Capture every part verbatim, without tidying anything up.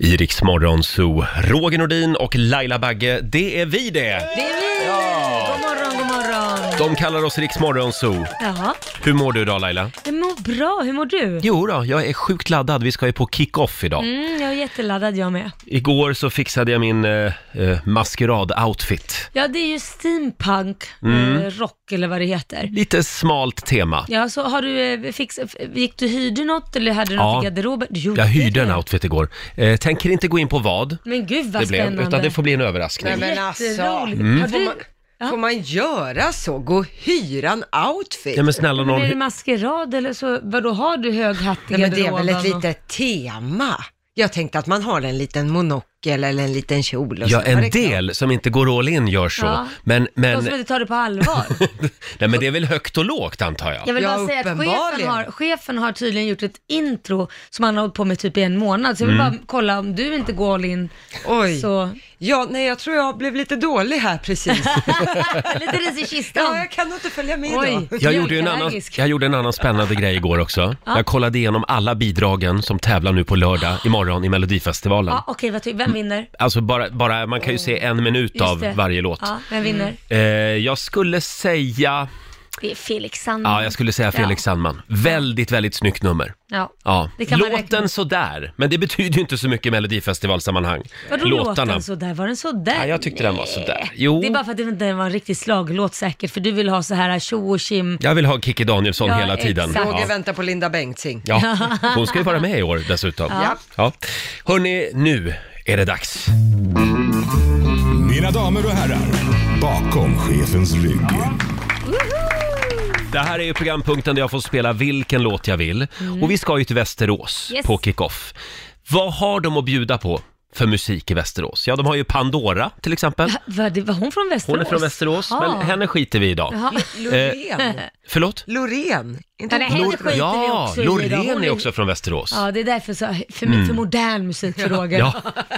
I Rix Morgon Zoo. Roger Nordin och Laila Bagge, det är vi det! Det är vi! Ja. God morgon, god morgon! De kallar oss Rix Morgon Zoo. Jaha. Hur mår du idag, Laila? Jag mår bra, hur mår du? Jo då, jag är sjukt laddad. Vi ska ju på kick-off idag. Mm, jag är jätteladdad, jag med. Igår så fixade jag min eh, eh, maskerad-outfit. Ja, det är ju steampunk, Mm. eh, rock eller vad det heter. Lite smalt tema. Ja, så har du eh, fix, gick du hyrde något eller hade du Ja, något i garderoben? Du gjorde Jag hyrde det. en outfit igår. Eh, tänker inte gå in på vad Men gud vad det blev, spännande. utan det får bli en överraskning. Nej, men alltså, Jätteroligt. Mm. Har får, du... man, Ja. får man göra så? Gå och hyra en outfit? Ja, men snälla Men är det någon... maskerad eller så? Vadå, har du hög hatt i Nej, men det är garderoben väl ett och- litet tema? Jag tänkte att man har en liten monokel eller en liten kjol. Och Ja, så var en det klart. del som inte går all in gör så. Ja. Men, De men, som inte tar det på allvar. nej, men det är väl högt och lågt, antar jag. Jag vill Ja, bara säga att chefen uppenbarligen. har, chefen har tydligen gjort ett intro som han har hållit på med typ i en månad. Så jag vill Mm. bara kolla om du inte går all in. Oj. Så, Ja, nej, jag tror jag blev lite dålig här precis. lite ris i kistan. Ja, jag kan nog inte följa med Oj. då. Jag gjorde, ju en annan, Mjölkallergisk. jag gjorde en annan spännande grej igår också. Jag kollade igenom alla bidragen som tävlar nu på lördag imorgon i Melodifestivalen. Ja, okej, vad ty- vem vinner? Alltså bara, bara, man kan ju se en minut Just av det. varje låt. Ja, vem vinner? Eh, jag skulle säga, Det är Felix Sandman. ja jag skulle säga Felix Ja. Sandman. Väldigt, väldigt snyggt nummer. Ja. Ja. Det kan man räkna Låten ut. sådär, men det betyder ju inte så mycket i Melodifestivalsammanhang. Vadå låten sådär? Var den sådär? Ja, jag tyckte den var sådär. Jo. Det är bara för att det inte var en riktig slaglåt säkert, för du vill ha så här tjo och kim. Jag vill ha Kikki Danielsson Ja, hela tiden. exakt. Roger Ja. väntar på Linda Bengtzing. Ja, hon ska ju vara med i år dessutom. Ja. Ja. Hörrni, nu är det dags. Mina damer och herrar, bakom chefens rygg. Det här är ju programpunkten där jag får spela vilken låt jag vill. Och vi ska ju till Västerås Yes. på kick-off. Vad har de att bjuda på för musik i Västerås? Ja, de har ju Pandora till exempel. Var, det, var hon från Västerås? Hon är från Västerås, Ja. men henne skiter vi i idag. Jaha. Loreen. Förlåt? Loreen. Inte Ja, det henne Lor- skiter vi ja, också i idag. Loreen Hon är också från Västerås. Ja, det är därför så, för, för modern musik för Roger. Ja,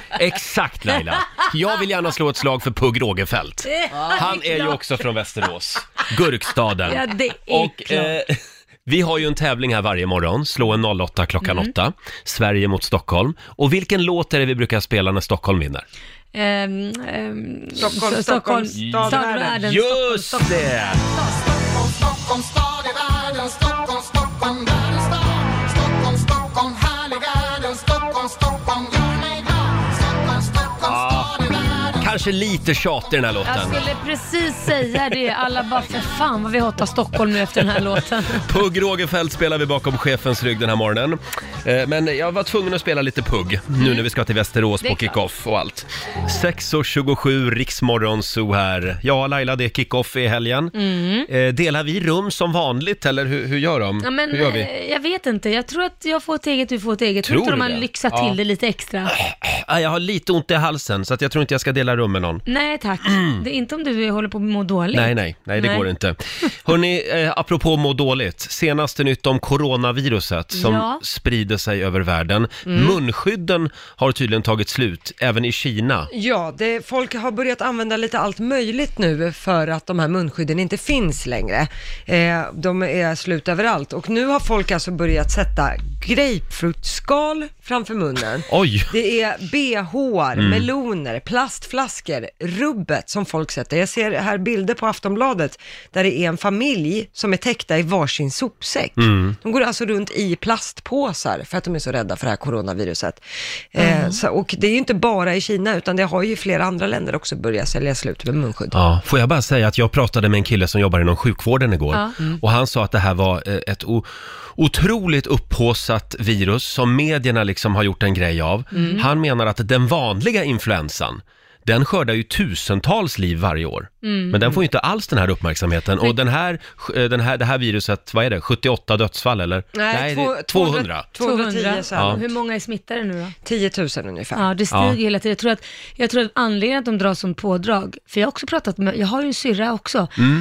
exakt Laila. Jag vill gärna slå ett slag för Pugh Rogefeldt. Han är ju också från Västerås. Gurkstaden. Ja, det är Och klart. eh, vi har ju en tävling här varje morgon, slå en noll åtta klockan Mm. åtta. Sverige mot Stockholm. Och vilken låt är det vi brukar spela när Stockholm vinner? Ehm, ehm, Stockholm, så- Stockholm, stad stad i i världen. Just Stockholm, det! Stockholm, Stockholm, stad i världen. Stockholm, Stockholm, världens stad. Stockholm, Stockholm, härlig världen. Stockholm, Stockholm, gör mig glad. Stockholm, Stockholm, stad i världen. Kanske lite tjat i den här Jag låten. skulle precis säga det. Alla bara, för fan vad vi hatar Stockholm nu efter den här låten. Pugh Rogefeldt spelar vi bakom chefens rygg den här morgonen. Eh, Men jag var tvungen att spela lite Pugh nu när vi ska till Västerås Det är på kick-off och allt. sex och tjugosju, Riksmorgon Zoo här. Ja, Laila, det är kick-off i helgen. Eh, Delar vi rum som vanligt eller hur, hur gör de? Ja, men, hur gör vi? eh, jag vet inte. Jag tror att jag får ett eget, du får ett eget. Tror Tror du de har det? lyxat Ja. till det lite extra. Ah, jag har lite ont i halsen så att jag tror inte jag ska dela rum med någon. Nej tack. Det är inte om du håller på att må dåligt. Nej, nej, nej, det Nej. går inte. Hörrni, eh, apropå må dåligt. Senaste nytt om coronaviruset som Ja. sprider sig över världen. Munskydden har tydligen tagit slut, även i Kina. Ja, det, folk har börjat använda lite allt möjligt nu för att de här munskydden inte finns längre. Eh, de är slut överallt och nu har folk alltså börjat sätta grapefruktskal framför munnen. Oj! Det är B H-ar, meloner, plastflaskor, rubbet som folk sätter. Jag ser här bilder på Aftonbladet där det är en familj som är täckta i varsin sopsäck. De går alltså runt i plastpåsar för att de är så rädda för det här coronaviruset. Eh, så, och det är ju inte bara i Kina utan det har ju flera andra länder också börjat sälja slut med munskydd. Ja, får jag bara säga att jag pratade med en kille som jobbar inom sjukvården igår. Ja. Och han sa att det här var eh, ett o- otroligt upphaussat virus som medierna liksom har gjort en grej av. Han menar att den vanliga influensan, den skördar ju tusentals liv varje år. Men den får ju inte alls den här uppmärksamheten. Och den här, den här, det här viruset, vad är det? sjuttioåtta dödsfall eller? Nej, det är tvåhundra. tvåhundratio så här. Ja. Hur många är smittade nu då? tio tusen ungefär. Ja, det stiger Ja. hela tiden. Jag tror, att, jag tror att anledningen att de drar som pådrag, för jag har också pratat med, jag har ju en syrra också,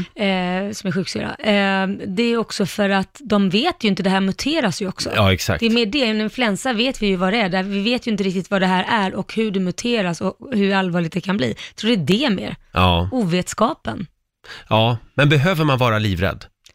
eh, som är sjuksyrra. Eh, det är också för att de vet ju inte, det här muteras ju också. Ja, exakt. Det är med det, en influensa vet vi ju vad det är, där vi vet ju inte riktigt vad det här är och hur det muteras och hur allvarligt det kan bli. Jag tror det är det mer, Ja. ovetskapen. Ja, men behöver man vara livrädd?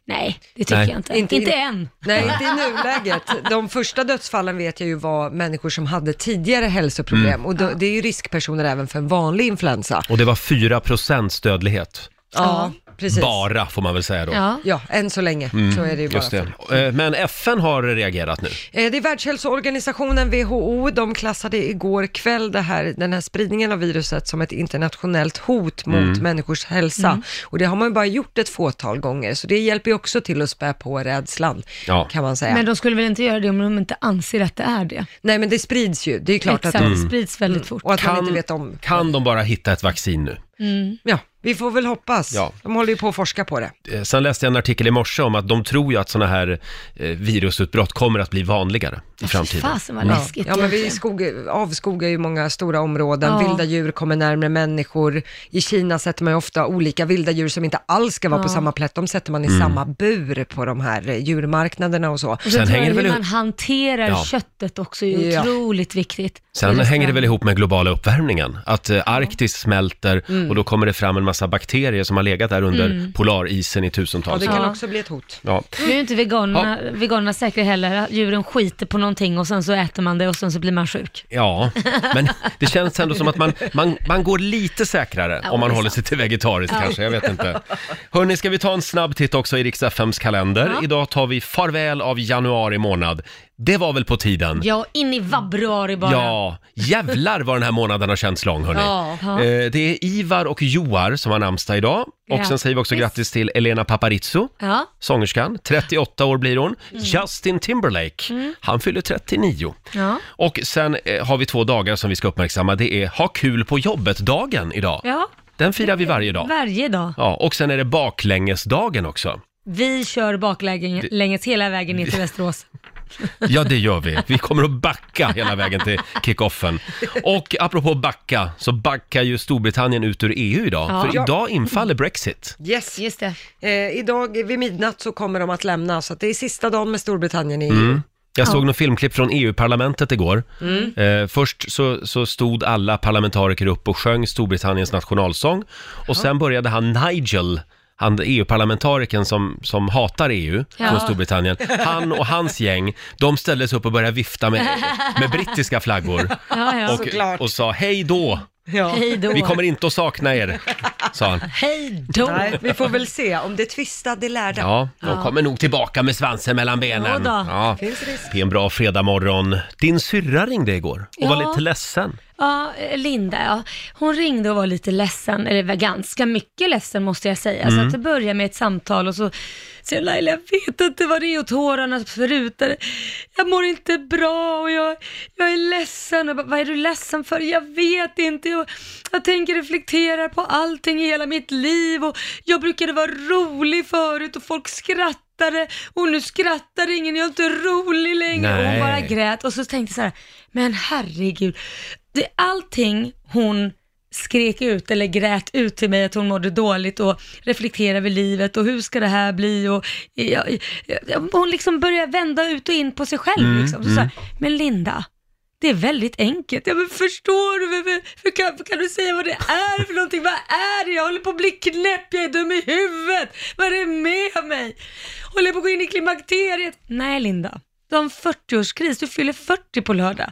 Nej, det tycker Nej. jag inte. Inte Inte, in- än. Nej, inte i nuläget. De första dödsfallen vet jag ju var människor som hade tidigare hälsoproblem. Och då, det är ju riskpersoner även för en vanlig influensa. Och det var fyra procent dödlighet. Ja, precis. Bara, får man väl säga då. Ja. Ja, än så länge så är det ju bara Just det. för. Eh, Men F N har reagerat nu. Eh, Det är Världshälsoorganisationen W H O, de klassade igår kväll det här, den här spridningen av viruset som ett internationellt hot mot Mm. människors hälsa. Och det har man ju bara gjort ett fåtal gånger, så det hjälper ju också till att spä på rädslan, Ja. kan man säga. Men de skulle väl inte göra det om de inte anser att det är det? Nej, men det sprids ju, det är klart Exakt, att Mm. det sprids väldigt fort. och att man Kan- inte vet om. Kan de bara hitta ett vaccin nu? Ja, vi får väl hoppas. Ja. De håller ju på att forska på det. Eh, Sen läste jag en artikel i morse om att de tror ju att sådana här eh, virusutbrott kommer att bli vanligare i framtiden. Fasen vad Ja, läskigt. ja men vi egentligen. skog, avskogar ju många stora områden, Ja. vilda djur kommer närmare människor. I Kina sätter man ju ofta olika vilda djur som inte alls ska vara på Ja. samma plätt, de sätter man i Mm. samma bur på de här eh, djurmarknaderna och så. Och så Sen tror hänger jag det hur väl man ihop- hanterar Ja. köttet också är Ja. otroligt viktigt. Sen I hänger det väl restaurang. ihop med globala uppvärmningen. Att eh, Arktis smälter Mm. och då kommer det fram en massa bakterier som har legat där under Mm. polarisen i Ja, tusentals det år. kan Ja. också bli ett hot. Ja. Nu är ju inte veganerna, veganerna säkra heller. Djuren skiter på någonting och sen så äter man det och sen så blir man sjuk. Ja, men det känns ändå som att man, man, man går lite säkrare Ja, om man det är håller sant. sig till vegetariskt kanske, jag vet inte. Hörrni, ska vi ta en snabb titt också i Rix F M:s kalender? Ja. Idag tar vi farväl av januari månad. Det var väl på tiden? Ja, in i vabruari bara. Ja, jävlar vad den här månaden har känts lång hörni. Ja. Ja. Eh, det är Ivar och Joar som har namnsdag idag. Och Ja. sen säger vi också Visst. grattis till Elena Paparizou, Ja. sångerskan. trettioåtta år blir hon. Mm. Justin Timberlake, han fyller trettionio. Ja. Och sen eh, har vi två dagar som vi ska uppmärksamma. Det är ha kul på jobbet-dagen idag. Ja, Den firar vi varje dag. varje dag. Ja, och sen är det baklängesdagen också. Vi kör baklänges hela vägen ner till Västerås. Ja, det gör vi. Vi kommer att backa hela vägen till kickoffen. Och apropå backa, så backar ju Storbritannien ut ur E U idag. Ja. För idag infaller Brexit. Yes. Just det. Eh, idag vid midnatt så kommer de att lämna, så att det är sista dagen med Storbritannien i E U. Mm. Jag Ja. såg någon filmklipp från E U-parlamentet igår. Eh, först så, så stod alla parlamentariker upp och sjöng Storbritanniens nationalsång. Och sen började han Nigel, han E U-parlamentarikern som, som hatar E U Ja. från Storbritannien. Han och hans gäng, de ställde sig upp och började vifta med, med brittiska flaggor. Ja, ja. Såklart. Och, och sa hej då, Ja. Hej då. vi kommer inte att sakna er, sa han. Hej då. Nej, vi får väl se om det tvistar det lärda. Ja, de kommer nog tillbaka med svansen mellan benen. Ja då. Ja. Finns risk. Det är en bra fredagmorgon. Din syrra ringde igår och var Ja. lite ledsen. Ja, Linda, ja. Hon ringde och var lite ledsen, eller var ganska mycket ledsen måste jag säga. Så att det började med ett samtal och så säger Laila, jag vet inte vad det är och tårarna sprutar. Jag mår inte bra och jag, jag är ledsen. Och bara, vad är du ledsen för? Jag vet inte. Jag, jag tänker reflektera på allting i hela mitt liv och jag brukade vara rolig förut och folk skrattade och nu skrattar ingen, jag är inte rolig längre. Och hon Nej. bara grät och så tänkte jag så här, men herregud, det, allting hon skrek ut eller grät ut till mig att hon mådde dåligt och reflekterade över livet och hur ska det här bli och ja, ja, hon liksom började vända ut och in på sig själv Mm, liksom. Så sa jag, men Linda, det är väldigt enkelt. Ja, men förstår du? Hur, hur kan, kan du säga vad det är för någonting? Vad är det? Jag håller på att bli knäpp, jag är dum i huvudet. Vad är det med mig? Håller jag på att gå in i klimakteriet? Nej, Linda. Du har en fyrtioårskris, du fyller fyrtio på lördag.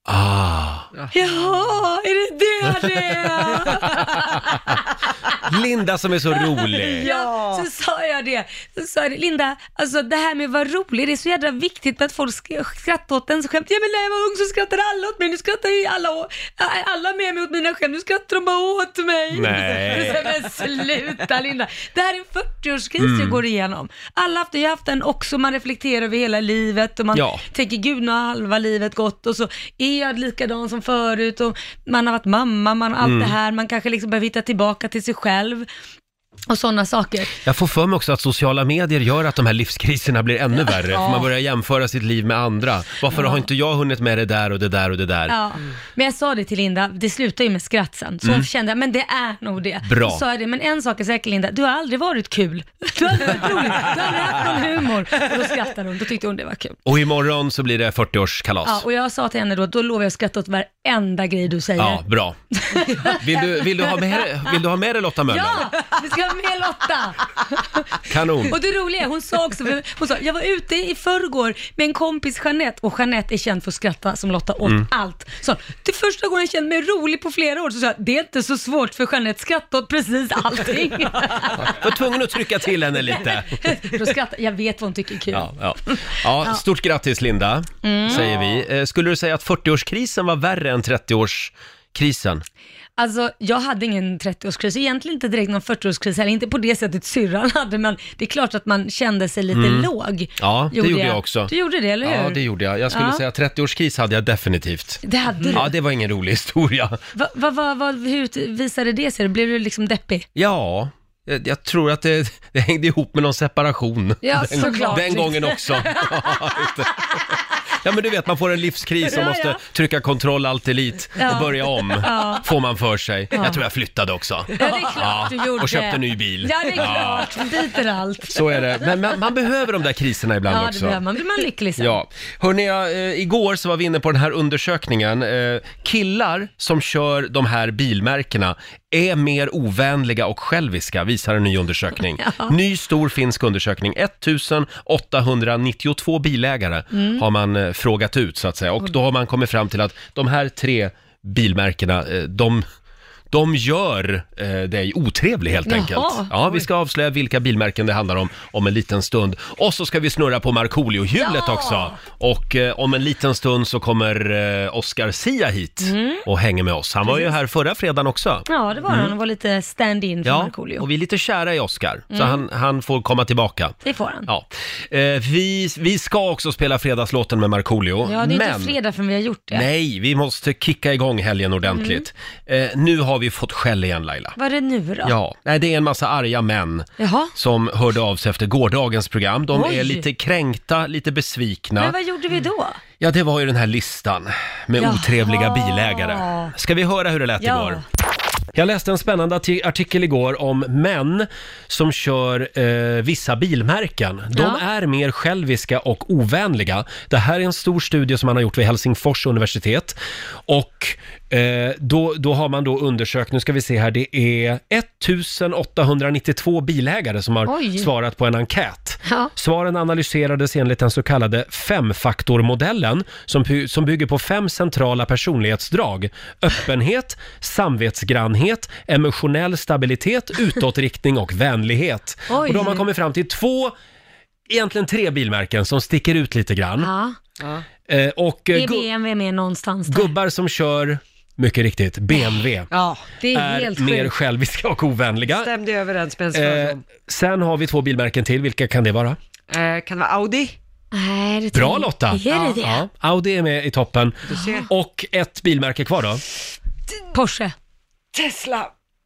Ah. Ja, är det det det är? Linda som är så rolig. Ja, så sa jag det. Så sa jag det, Linda, alltså det här med att vara rolig, det är så jävla viktigt med att folk ska skratta åt en skämt. Ja, men när jag var ung så skrattade alla åt mig, nu skrattar ju alla, å- alla med mig åt mina skämt, nu skrattar de bara åt mig. Nej. Så, men sluta Linda, det här är en fyrtioårskris Mm. jag går igenom. Alla har haft, jag har haft den också, man reflekterar över hela livet och man Ja. tänker, gud nu har halva livet gått och så är jag likadan som förut och man har varit mamma, man har allt Mm. det här, man kanske liksom behöver hitta tillbaka till sig själv och sådana saker. Jag får för mig också att sociala medier gör att de här livskriserna blir ännu värre. För man börjar jämföra sitt liv med andra. Varför har inte jag hunnit med det där och det där och det där? Ja, men jag sa det till Linda, det slutar ju med skratt sen. Så hon kände, men det är nog det. Bra. Så sa jag det, men en sak är säker Linda, du har aldrig varit kul. Du har aldrig varit rolig, du har aldrig haft någon humor. Och då skrattade hon, då tyckte hon det var kul. Och imorgon så blir det fyrtioårskalas. Ja, och jag sa till henne då, då lovar jag att skratta åt varenda grej du säger. Ja, bra. Vill du, vill, du ha med, vill du ha med dig Lotta Möller? Ja, vi ska var med Lotta. Kanon. Och det roliga är, hon sa också, för hon sa, jag var ute i förrgår med en kompis Jeanette, och Jeanette är känd för att skratta som Lotta åt mm. allt. Så det första gången jag kände mig rolig på flera år, så sa jag, det är inte så svårt för Jeanette att skratta åt precis allting. Jag var tvungen att trycka till henne lite. Då skrattar, jag vet vad hon tycker är kul. Ja, ja. Ja, stort grattis Linda, mm. säger vi. Skulle du säga att fyrtioårskrisen var värre än trettioårskrisen? Alltså, jag hade ingen trettioårskris, egentligen inte direkt någon fyrtioårskris, eller inte på det sättet syrran hade, men det är klart att man kände sig lite mm. låg. Ja, det gjorde jag. jag också. Du gjorde det, eller hur? Ja, det gjorde jag. Jag skulle ja. säga trettioårskris hade jag definitivt. Det hade du? Ja, det var ingen rolig historia. Va, va, va, va, hur visade det sig? Blev du liksom deppig? Ja, jag, jag tror att det, det hängde ihop med någon separation. Ja, den, såklart. Den gången också. Ja, men du vet, man får en livskris och ja, måste ja. trycka kontroll allt elit ja. och börja om. Ja. Får man för sig. Ja. Jag tror jag flyttade också. Ja, det är klart ja. du gjorde. Och köpte en ny bil. Ja, det är klart. Ja. Biter allt. Så är det. Men man, man behöver de där kriserna ibland ja, också. Ja, det behöver man. Blir man lycklig sen. Ja. Hörrni, eh, igår så var vi inne på den här undersökningen. Eh, killar som kör de här bilmärkena är mer ovänliga och själviska, visar en ny undersökning. Ja. Ny stor finsk undersökning. ettusen åttahundranittiotvå bilägare mm. har man eh, frågat ut så att säga. Och då har man kommit fram till att de här tre bilmärkena, eh, de... De gör eh, dig otrevlig helt enkelt. Jaha. Ja, vi ska avslöja vilka bilmärken det handlar om om en liten stund. Och så ska vi snurra på Markoolio-hjulet ja. också. Och eh, om en liten stund så kommer eh, Oscar Sia hit mm. och hänger med oss. Han var Precis. ju här förra fredagen också. Ja, det var mm. han. Han var lite stand-in för ja, Markoolio. Och vi är lite kära i Oscar. Mm. Så han, han får komma tillbaka. Det får han. Ja. Eh, vi, vi ska också spela fredagslåten med Markoolio. Ja, det är men... inte fredag förrän vi har gjort det. Nej, vi måste kicka igång helgen ordentligt. Mm. Eh, nu har vi fått skäll igen, Laila. Vad är det nu då? Ja, nej, det är en massa arga män Jaha. som hörde av sig efter gårdagens program. De Oj. är lite kränkta, lite besvikna. Men vad gjorde vi då? Ja, det var ju den här listan med Jaha. otrevliga bilägare. Ska vi höra hur det lät ja. igår? Jag läste en spännande arti- artikel igår om män som kör eh, vissa bilmärken. De Ja. är mer själviska och ovänliga. Det här är en stor studie som man har gjort vid Helsingfors universitet. Och eh, då, då har man då undersökt, nu ska vi se här, det är ettusen åttahundranittiotvå bilägare som har Oj. svarat på en enkät. Ja. Svaren analyserades enligt den så kallade femfaktormodellen som, py- som bygger på fem centrala personlighetsdrag. Öppenhet, samvetsgrannhet, emotionell stabilitet, utåtriktning och vänlighet. Oj. Och då har man kommit fram till två, egentligen tre bilmärken som sticker ut lite grann. Ja. Ja. Eh, och eh, Är gu- B M W med någonstans där? gubbar som kör, mycket riktigt, B M W. Ja, Det är, är helt mer sjukt. själviska och ovänliga. stämde överens med ens Eh, fördom. sen har vi två bilmärken till, vilka kan det vara? Eh, kan det vara Audi? Nej, det Bra tror jag- Lotta! Är det det? Ja, Audi är med i toppen. Du ser. Och ett bilmärke kvar då? Porsche. Tesla!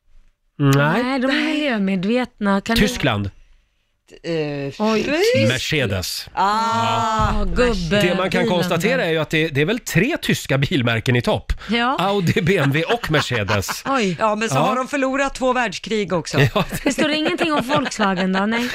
Nej. Nej, de är miljömedvetna. Kan Tyskland. Eh, Oj. Mercedes. Ah, Ja, gubbe. Det man kan bilen konstatera där. är ju att det, det är väl tre tyska bilmärken i topp. Ja. Audi, B M W och Mercedes. Oj. ja, men så Ja. har de förlorat två världskrig också. Ja, Det står ingenting om Volkswagen då? Nej.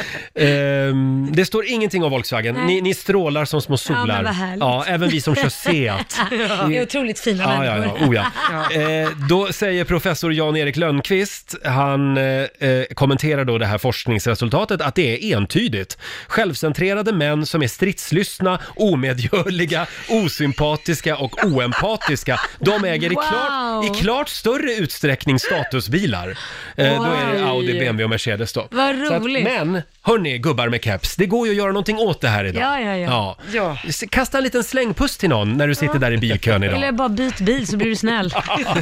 ehm, det står ingenting om Volkswagen. Nej. Ni, ni strålar som små solar. men vad härligt. Ja, även vi som kör Seat. Det är otroligt fina Ja, ja, människor. ja. Oh, ja. Eh, då säger professor Jan-Erik Lönnqvist, han eh, eh, kommenterar då det här forskningsresultatet, att det är entydigt. Självcentrerade män som är stridslystna, omedgörliga, osympatiska och oempatiska, de äger i, Wow. klart, i klart större utsträckning statusbilar. Eh, då är det Oj. Audi, B M W och Mercedes då. Vad Så att, roligt. men, hörni, gubbar med keps, det går ju att göra någonting åt det här idag. Ja, ja, ja. Ja. S- Kasta en liten slängpuss till någon när du sitter där i bilkön idag. Eller bara byt bil så blir du snäll.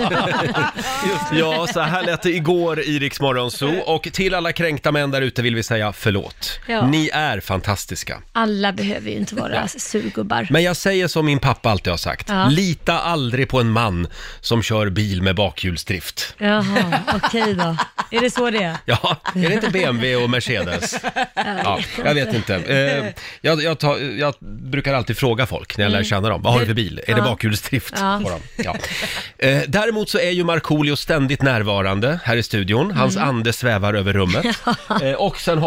Ja, så här lät det igår i Rix Morgon Zoo. Och till alla kränkta män där ute vill vi säga förlåt. Ja. Ni är fantastiska. Alla behöver ju inte vara surgubbar. Men jag säger som min pappa alltid har sagt. Ja. Lita aldrig på en man som kör bil med bakhjulsdrift. Jaha, okej då. Är det så det är? Ja, är det inte B M W och Mercedes? Ja, jag vet inte. Eh, jag, jag, tar, jag brukar alltid fråga folk när jag lär känna dem. Vad har du för bil? Är det Ja. bakhjulsdrift Ja. på dem? Ja. Eh, däremot så är ju Markoolio ständigt närvarande här i studion. Hans ande svävar över rummet. Eh, och sen har vi också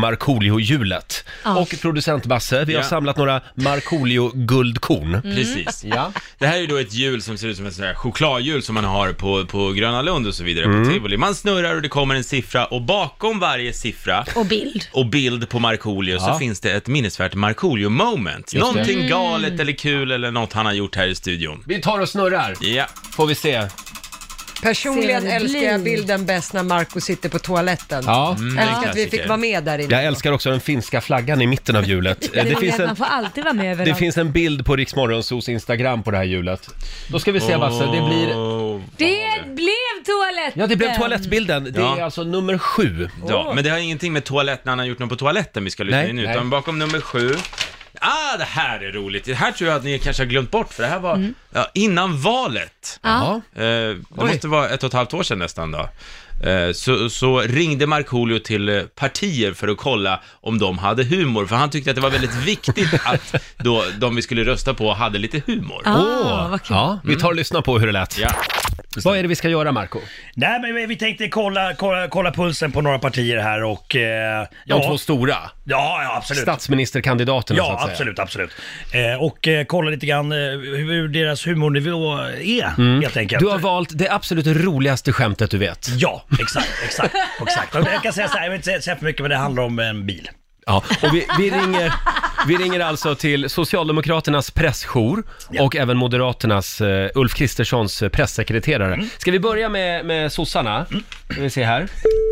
Markoolio-hjulet. Ja. Och producent Basse, vi har Ja. samlat några Markoolio-guldkorn. Mm. Precis. Ja. Det här är ju då ett hjul som ser ut som ett sånt här chokladhjul som man har på, på Gröna Lund och så vidare Mm. på tivoli. Man snurrar och det kommer en siffra och bakom varje siffra Och bild. och bild på Markoolio Ja. så finns det ett minnesvärt Markoolio-moment. det. Någonting Mm. galet eller kul eller något han har gjort här i studion. Vi tar och snurrar, Ja. får vi se. Personligen Se vad det älskar jag blir. bilden bäst när Marco sitter på toaletten. Ja. Mm, det är en Älskar att vi fick klassiker. vara med där inne. Jag älskar också den finska flaggan i mitten av hjulet. Det, Det finns Man en, får alltid vara med det överallt. finns en bild på Rix Morgonzos Instagram på det här hjulet. Då ska vi se Basse, det blir... Åh, Det blev toaletten! Ja, det blev toalettbilden. Det Ja. är alltså nummer sju. Ja, men det har ingenting med toalett när han har gjort något på toaletten vi ska lyssna Nej, in nu, nej. utan bakom nummer sju. Ah, det här är roligt. Det här tror jag att ni kanske har glömt bort, för det här var Mm. ja, innan valet. Ja. Eh, det måste vara ett och ett halvt år sedan nästan då. Eh, så, så ringde Markoolio till eh, partier för att kolla om de hade humor, för han tyckte att det var väldigt viktigt att då, de vi skulle rösta på hade lite humor. Ah, Åh, vad kul. ja, vi tar och lyssnar på hur det lät. Ja. Vad är det vi ska göra, Marco? Nej, men vi- vi tänkte kolla, kolla, kolla pulsen på några partier här och... Eh, De ja, två stora. ja, ja, absolut. Statsministerkandidaterna så Ja, att säga. absolut, absolut. Eh, och eh, kolla lite grann eh, hur deras humornivå är, helt enkelt. Du har valt det absolut roligaste skämtet du vet. Ja, exakt, exakt, exakt. Och jag kan säga så här, jag vill inte säga- säga för mycket, men det handlar om en bil. Ja, och vi, vi, ringer, vi ringer alltså till Socialdemokraternas pressjour Ja. och även Moderaternas uh, Ulf Kristerssons eh, pressekreterare. Ska vi börja med, med sossarna? Ska vi se här.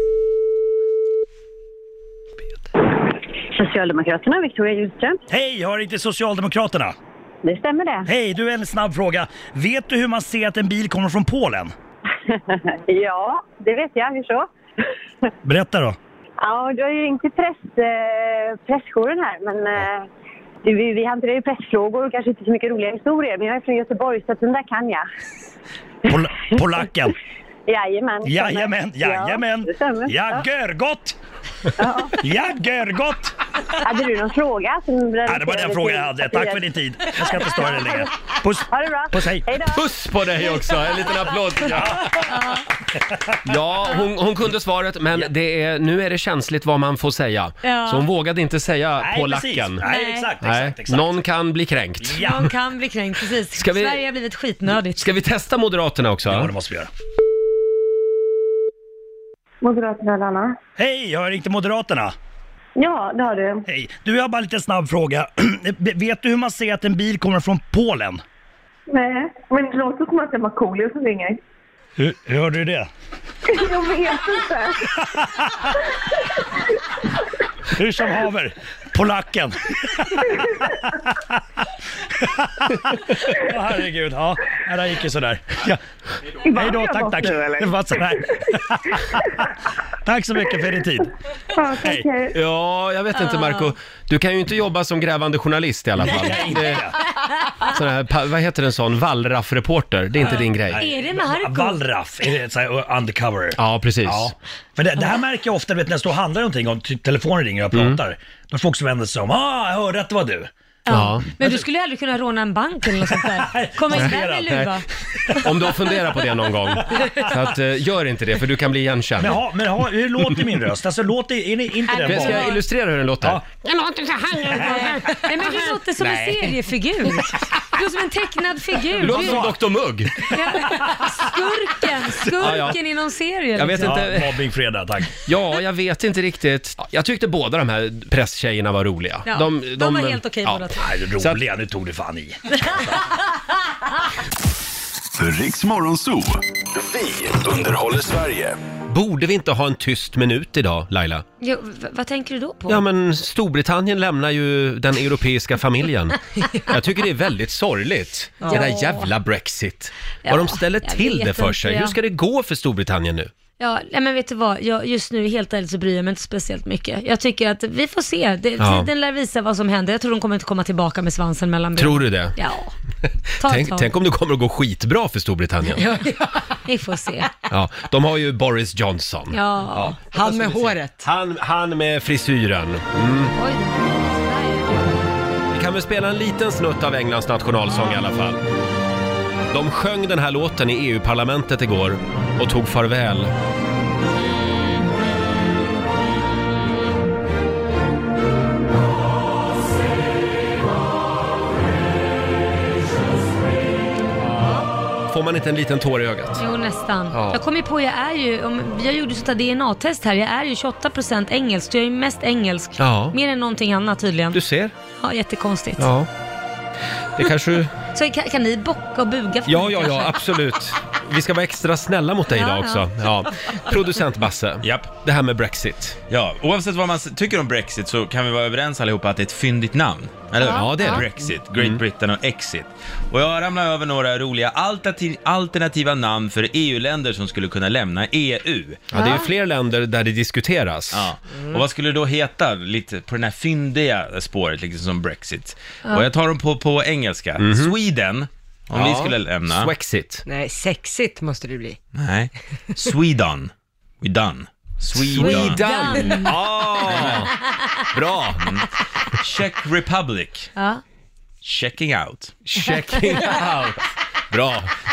Socialdemokraterna, Victoria Ljungström. Hej, har inte Socialdemokraterna? Det stämmer det. Hej, du, en snabb fråga. Vet du hur man ser att en bil kommer från Polen? Ja, det vet jag. Hur så? Berätta då. Ja, du har ju ringt till press, eh, pressjouren här, men eh, vi, vi hanterar ju pressfrågor och kanske inte så mycket roliga historier, men jag är från Göteborg så att den där kan jag. Pol- polacken. Jajamän. stämmer. Jajamän, jajamän. Ja, det stämmer. Ja, görgott! Ja. Ja, görgott! Hade du någon fråga? Som Ja, det var den frågan jag hade. Tack för din tid. Jag ska inte störa dig längre. Puss! Ha det bra. Puss, hej! Hej då. Puss på dig också, en liten applåd. Ja, ja hon, hon kunde svaret, men det är, nu är det känsligt vad man får säga. Ja. Så hon vågade inte säga Nej, precis. polacken. Nej, exakt, Nej, exakt, exakt. någon kan bli kränkt. Ja. Man kan bli kränkt, precis. Ska vi- Sverige har blivit skitnödigt. Ska vi testa Moderaterna också? Ja, det måste vi göra. Moderaterna, Lana. Hej, jag har ringt till Moderaterna. Ja, det har du. Hej. Du, jag har bara lite snabb fråga. Vet du hur man ser att en bil kommer från Polen? Nej, men det låter som att det var Markoolio som ringer. Hur, hur hörde du det? Jag vet inte. Hur som haver, polacken. Åh, herregud, ja, ja, det gick ju sådär. Ja. Hej då, tack, tack. Det var sådär. Tack så mycket för din tid. Ja, Hej. okej. Ja, jag vet inte Marco. Du kan ju inte jobba som grävande journalist i alla fall. Nej, inte det. Sån här, pa- vad heter en sån? Wallraff-reporter. Det är inte din grej. Är det Marco? Wallraff, är det så här undercover? Ja, precis. Ja. Men det, det här märker jag ofta, du vet, när jag står och handlar någonting och t- telefonen ringer och jag Mm. pratar. Då får också vända sig om, ah, jag hörde att det var du. Ja. Men du skulle ju aldrig kunna råna en bank eller något sånt där. Komma in där med luva. Om du har funderat på det någon gång. Så att, eh, gör inte det, för du kan bli igenkänd. Men, ha, men ha, hur låter min röst? Alltså, låter, är ni inte den Ska jag bara? illustrera hur den låter? Ja. Jag låter så här. Nej, men du låter som en seriefigur. Du låter som en tecknad figur. Du låter Du- som doktor Mugg. Ja, skurken, skurken Ja, ja. i någon serie. Jag vet liksom. inte. Ja, mobbingfredag, tack. Ja, jag vet inte riktigt. Jag tyckte båda de här presstjejerna var roliga. Ja, de var helt okej båda två. Nej, Så att- roliga, nu tog det fan i. Riks Morgonzoo. Vi underhåller Sverige. Borde vi inte ha en tyst minut idag, Laila? Jo, v- vad tänker du då på? Ja, men Storbritannien lämnar ju den europeiska familjen. Jag tycker det är väldigt sorgligt. Det där jävla Brexit. Vad Ja, de ställer jag till vet det för inte, sig. ja. Hur ska det gå för Storbritannien nu? Ja, nej, men vet du vad? Jag, just nu, helt ärligt, så bryr jag mig inte speciellt mycket. Jag tycker att vi får se. Det, Ja. Tiden lär visa vad som händer. Jag tror de kommer inte komma tillbaka med svansen mellan benen. Tror du det? Ja. Ta ett Tänk, tag. tänk om det kommer att gå skitbra för Storbritannien. Ja, vi får se. Ja, de har ju Boris Johnson. Ja. Han med håret. Han, han med frisyren. Mm. Oj, Vi kan väl spela en liten snutt av Englands nationalsång i alla fall. De sjöng den här låten i E U-parlamentet igår och tog farväl. Får man inte en liten tår i ögat? Jo, nästan. Ja. Jag kommer ju på, jag är ju, om, jag gjorde sånt där D N A-test här, jag är ju tjugoåtta procent engelsk, så jag är ju mest engelsk. Ja. Mer än någonting annat tydligen. Du ser? Ja, jättekonstigt. Ja. Det kanske du... Så kan, kan ni bocka och buga för Ja, mig ja, kanske? ja, absolut. Vi ska vara extra snälla mot dig Ja, idag också. Ja. Producent Basse, Japp. det här med Brexit. Ja, oavsett vad man s- tycker om Brexit så kan vi vara överens allihopa att det är ett fyndigt namn. Eller hur? Ja, det är det. Brexit, Great Britain och Exit. Och jag ramlar över några roliga alternativ- alternativa namn för E U-länder som skulle kunna lämna E U. Ja, det är ju fler länder där det diskuteras. Ja. Och vad skulle det då heta lite på den här fyndiga spåret, liksom som Brexit? Och jag tar dem på, på engelska. Sweden, om vi skulle lämna. Swexit. Nej, sexigt måste det bli. Nej. Sweden. We done. Sweden. Sweden! Ah, bra! Czech Republic. Ja. Checking out. Checking out. Bra.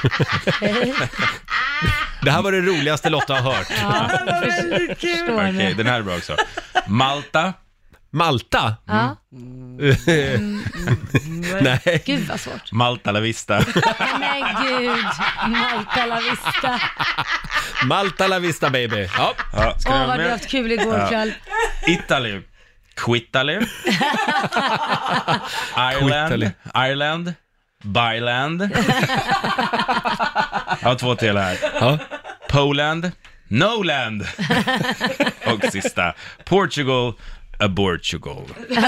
Det här var det roligaste Lotta har hört. Ja, för, förstår Okej, mig. den här är bra också. Malta. Malta? Ja. Nej. Gud vad svårt. Malta la vista. Men gud, Malta la vista. Malta la vista baby. Ja. Ja, ska Åh, jag vad du med? haft kul igår kväll. Italy. Quitaly. Ireland. Quitaly. Ireland. Byland. Jag har två till här. Ja. Poland. Noland. Och sista. Portugal. Abortugal.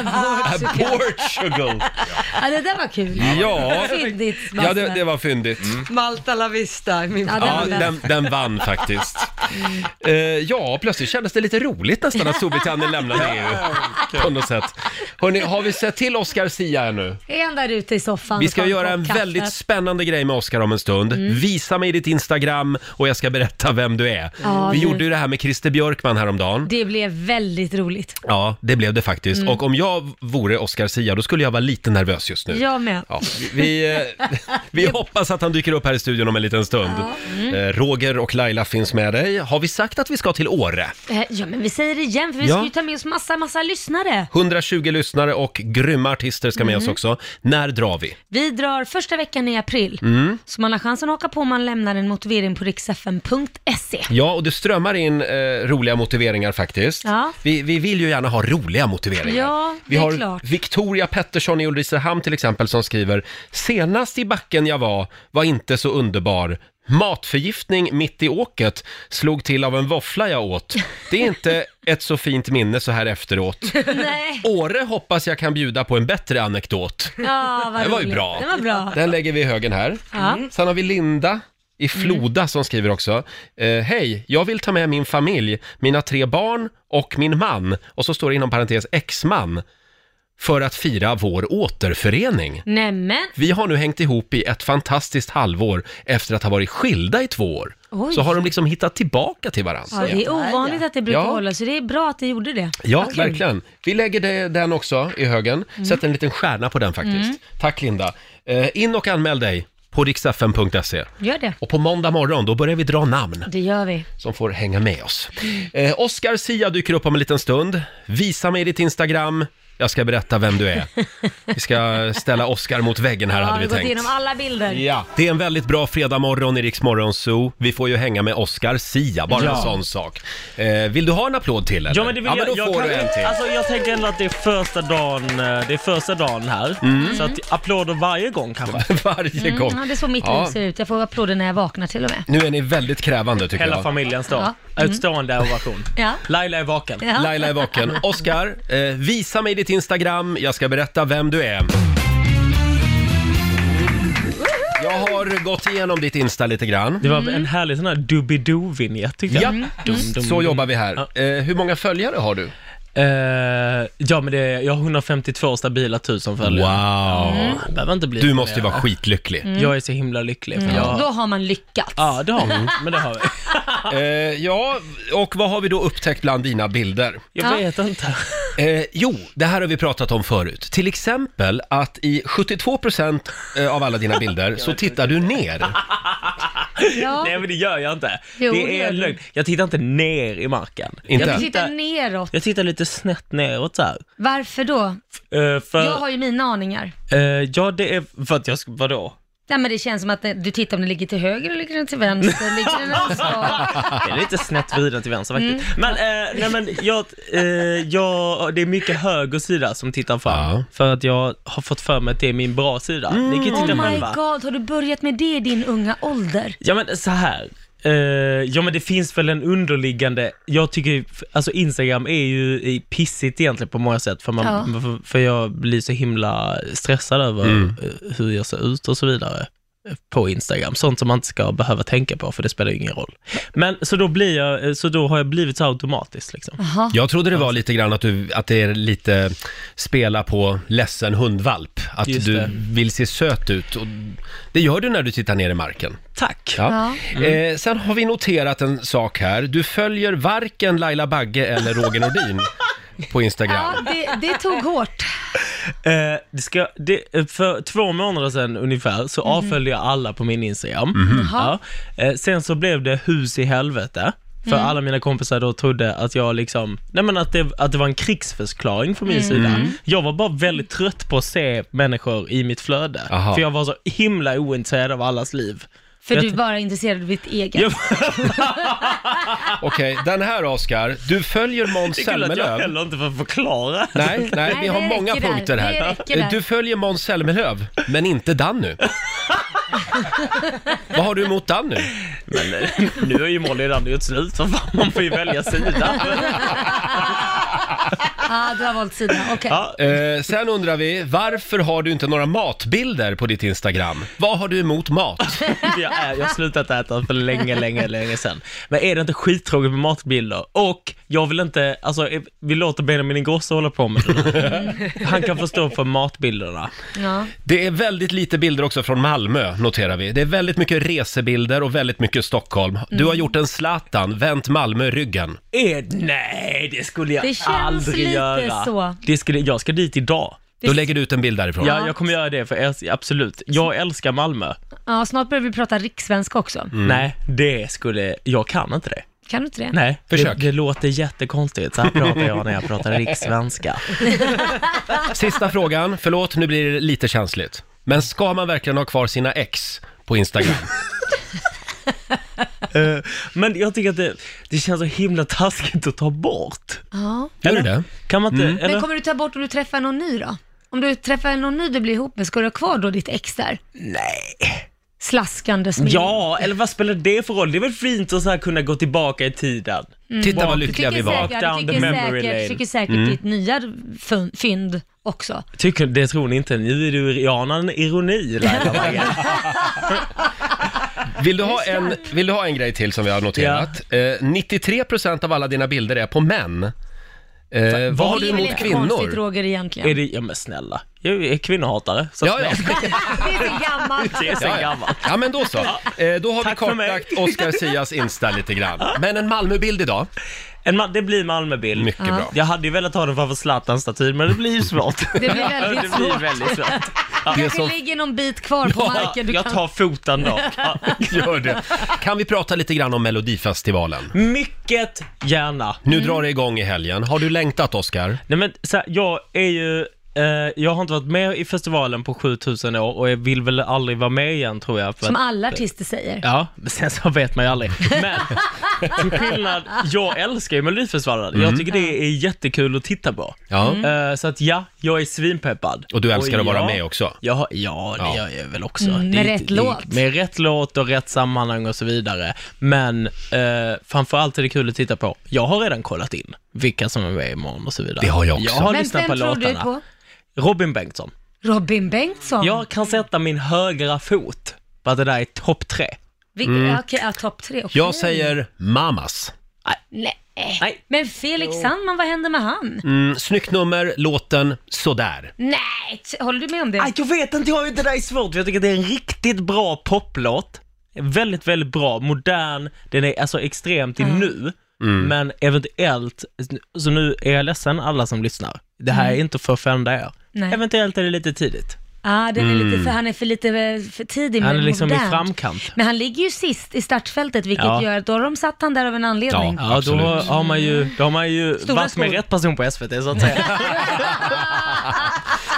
Portugal. Ja, det där var kul. Ja. Fyndigt, Ja, det, det var fyndigt. Malta la vista, min Ja, den Ja, var bäst. den, den vann faktiskt. Eh, ja, plötsligt kändes det lite roligt nästan att Storbritannien lämnade E U på något sätt. Hörrni, har vi sett till Oscar Sia ännu? Är han där ute i soffan? Vi och ska tar göra kopp en kaffe? väldigt spännande grej med Oscar om en stund. Visa mig ditt Instagram och jag ska berätta vem du är. Ja, vi du. gjorde ju det här med Christer Björkman häromdagen. Det blev väldigt roligt. Ja, det blev det faktiskt. Och om jag vore Oscar Sia, då skulle jag vara lite nervös just nu. Jag med. Ja, vi vi, eh, vi hoppas att han dyker upp här i studion om en liten stund. Eh, Roger och Laila finns med dig. Har vi sagt att vi ska till Åre? Eh, Ja, men vi säger det igen, för vi Ja. ska ju ta med oss massa, massa lyssnare. hundratjugo lyssnare och grymma artister ska med oss också. När drar vi? Vi drar första veckan i april, Mm. så man har chansen att åka på om man lämnar en motivering på riksfn punkt se. Ja, och det strömmar in eh, roliga motiveringar faktiskt. Ja. Vi, vi vill ju gärna ha roliga motiveringar. Ja, vi det är har klart. Victoria Pettersson i Ulricehamn till exempel som skriver: senast i backen jag var var inte så underbar. Matförgiftning mitt i åket, slog till av en våffla jag åt. Det är inte ett så fint minne så här efteråt. Nej. Åre hoppas jag kan bjuda på en bättre anekdot. Ja, vad Det var ju roligt. bra. Det var bra. Den lägger vi i högen här. Ja. Sen har vi Linda i Floda som skriver också: eh, hej, jag vill ta med min familj, mina tre barn och min man, och så står det inom parentes exman, för att fira vår återförening. Nämen. Vi har nu hängt ihop i ett fantastiskt halvår efter att ha varit skilda i två år. Oj. Så har de liksom hittat tillbaka till varandra. Ja, det är ovanligt att det brukar Ja. hålla, så det är bra att det gjorde det. Ja, Vad kul. verkligen. Vi lägger det, den också i högen. Sätter en liten stjärna på den faktiskt. Tack Linda. Eh, in och anmäl dig på riksfn punkt se. Gör det. Och på måndag morgon, då börjar vi dra namn Det gör vi. som får hänga med oss. Eh, Oscar Sia dyker upp om en liten stund. Visa mig ditt Instagram. Jag ska berätta vem du är. Vi ska ställa Oscar mot väggen här, Ja, hade vi vi har gått tänkt. igenom alla bilder. Ja, det är en väldigt bra fredag morgon i Rix Morgon Zoo. Vi får ju hänga med Oscar Sia, bara Ja. en sån sak. Eh, vill du ha en applåd till eller? Ja, men det vill ja, men då jag, jag får kan, du en till. Alltså jag tänker ändå att det är första dagen, eh, det är första dagen här. Så att applåder varje gång kanske. Varje gång. Mm, ja, det är så mitt Ja. liv ser ut. Jag får applåder när jag vaknar till och med. Nu är ni väldigt krävande tycker Hela jag. familjen står. Ja. Utstående ovation. Ja. Laila är vaken. Ja. Laila är vaken. Oscar, eh, visa mig ditt Instagram. Jag ska berätta vem du är. Jag har gått igenom ditt Insta lite grann. Det var en härlig sån här Doobidoo-vinjett tyckte jag. Ja, Dum, dum, så dum. jobbar vi här. Ja. Eh, hur många följare har du? Eh, ja, men det är, jag har hundrafemtiotvå stabila tusen följare. Wow. Ja, behöver inte bli Du mer. måste ju vara skitlycklig. Jag är så himla lycklig. För Mm. jag, Då har man lyckats. ja, det har vi. Men det har vi. Eh, ja, och vad har vi då upptäckt bland dina bilder? Jag Ja. vet inte. Eh, jo, det här har vi pratat om förut. Till exempel att i sjuttiotvå procent av alla dina bilder så tittar du ner. Ja. Nej, men det gör jag inte. Jo, det det gör är du. lögn. Jag tittar inte ner i marken. Inte? Jag Du tittar tittar, neråt. jag tittar lite snett neråt så här. Varför då? Eh, för, Jag har ju mina aningar. eh, ja, det är för att jag ska, vadå? Nej, men det känns som att du tittar om den ligger till höger eller ligger den till vänster. Ligger den någonstans? Det är lite snett vriden till vänster faktiskt. Mm. Men, eh, nej, men jag, eh, jag, det är mycket höger sida som tittar fram. Ja. För att jag har fått för mig att det är min bra sida. Mm. Ni kan titta oh my själva. god, har du börjat med det i din unga ålder? Ja, men så här. Uh, ja, men det finns väl en underliggande, jag tycker, alltså Instagram är ju pissigt egentligen på många sätt, för, man, ja. för, för jag blir så himla stressad över mm. hur jag ser ut och så vidare på Instagram, sånt som man inte ska behöva tänka på, för det spelar ju ingen roll. Men så då blir jag, så då har jag blivit så automatiskt liksom. Aha. Jag trodde det var lite grann att, du, att det är lite spela på ledsen hundvalp, att Just du det. vill se söt ut, och det gör du när du tittar ner i marken. Tack. Ja. Ja. Mm. Eh, sen har vi noterat en sak här. Du följer varken Laila Bagge eller Roger Nordin på Instagram. Ja, det, det tog hårt. Eh, det ska, det, för två månader sedan ungefär så mm. avföljde jag alla på min Instagram. Mm. Ja. Eh, sen så blev det hus i helvete. För mm. alla mina kompisar då trodde att jag liksom, nej men att det, att det var en krigsförklaring från min mm. sida. Jag var bara väldigt trött på att se människor i mitt flöde. Aha. För jag var så himla ointresserad av allas liv. För jag du bara är intresserad av ditt eget. Okej, den här Oscar, du följer Måns Zelmerlöw. Det är kul att jag heller inte får förklara. Nej, nej, vi har det många räcker punkter där. här. Det räcker där. Du följer Måns Zelmerlöw, men inte Danny. Vad har du emot Danny? Men eh, nu är ju Molly Danny ett slut, så fan, man får ju välja sida. Ja, du har valt sida, okej. Ja. Eh, sen undrar vi, varför har du inte några matbilder på ditt Instagram? Vad har du emot mat? jag, är, jag har slutat äta för länge, länge, länge sedan. Men är det inte skittråkigt med matbilder? Och jag vill inte, alltså vi låter Benjamin Ingrosso hålla på med det. Han kan förstå för matbilderna. Ja. Det är väldigt lite bilder också från Malmö, noterar vi. Det är väldigt mycket resebilder och väldigt mycket Stockholm. Du Mm. har gjort en Zlatan, vänt Malmö ryggen. Är, nej, det skulle jag Det känns aldrig lite göra. så. Det skulle, jag ska dit idag. Då lägger du ut en bild därifrån. Ja, jag kommer göra det, för jag, absolut. Jag älskar Malmö. Ja, snart börjar vi prata rikssvenska också. Mm. Nej, det skulle, jag kan inte det. Kan du inte det? Nej, Försök. Det, det låter jättekonstigt. Så här pratar jag när jag pratar rikssvenska. Sista frågan, förlåt, nu blir det lite känsligt. Men ska man verkligen ha kvar sina ex på Instagram? uh, men jag tycker att det, det känns så himla taskigt att ta bort. Ja. Gör det? Kan man inte, Mm. eller? Men kommer du ta bort om du träffar någon ny då? Om du träffar någon ny du blir ihop med, ska du ha kvar då ditt ex där? Nej. Slaskande smil. Ja, eller vad spelar det för roll? Det är väl fint att så här kunna gå tillbaka i tiden. Titta vad lyckliga vi var. Säkert, Down du the tycker memory säkert, lane. tycker säkert Mm. ditt nya fun- fynd också. Tycker, det tror ni inte. Nu är du Rihanna en ironi, Laila Bagge. Vill du, ha en, vill du ha en grej till som vi har noterat? Eh, nittiotre procent av alla dina bilder är på män. Eh, vad har du Det är väl emot inte kvinnor? konstigt, Roger, egentligen. Är det, ja men snälla, jag är kvinnohatare. Så Ja, ja. Det är så gammalt. Det är så Ja, ja. gammalt. Ja, men då så. Eh, då har Tack vi för mig. kartlagt Oscar Sias Insta lite grann. Men en Malmöbild idag. En man, det blir Malmöbild. Mycket Ja. bra. Jag hade ju velat ha den framför Zlatan-statyn, men det blir ju svårt. Det blir väldigt det blir svårt. väldigt svårt. Det kanske som- ligger någon bit kvar på Ja, marken. Du Jag kan... tar foten då. Ja. Gör det. Kan vi prata lite grann om Melodifestivalen? Mycket gärna. Nu drar det igång i helgen. Har du längtat, Oscar? Nej men så här, jag är ju eh, jag har inte varit med i festivalen på sjutusen år och jag vill väl aldrig vara med igen, tror jag. För Som att- alla artister säger. Ja, men sen så vet man ju aldrig. Men till skillnad, jag älskar ju Melodifestivalen. Jag tycker det är jättekul att titta på. Ja. Eh, så att ja, jag är svinpeppad. Och du älskar att vara ja, med också? Ja, ja det Ja. gör jag väl också. Mm, Det- med det- rätt det- låt. Med rätt låt och rätt sammanhang och så vidare. Men eh, framförallt är det kul att titta på. Jag har redan kollat in vilka som är med imorgon och så vidare. Det har jag också. Jag har Men lyssnat vem på tror du låtarna. på? Robin Bengtsson. Robin Bengtsson? Jag kan sätta min högra fot på att det där är topp tre. Vilken, Mm. ja, okej, ja, topp tre. okej. Jag säger Mamas. Nej. Nej. Men Felix Sandman, vad händer med han? Mm, snyggt nummer, låten sådär. Nej, t- håller du med om det? Aj, jag vet inte, jag har ju det där är svårt. Jag tycker det är en riktigt bra poplåt. Väldigt, väldigt bra. Modern. Den är alltså extremt i nu. Men eventuellt, så nu är jag ledsen alla som lyssnar. Det här är inte för att förändra er. Nej. Eventuellt är det lite tidigt. Ja, den är lite för, han är för lite för tidig med Han är liksom modernt. i framkant. Men han ligger ju sist i startfältet, vilket Ja. gör att då har de satt han där av en anledning. Ja. Ja, Absolut. då har man ju, då har man ju Stora varit med skor. rätt person på S V T, så att säga.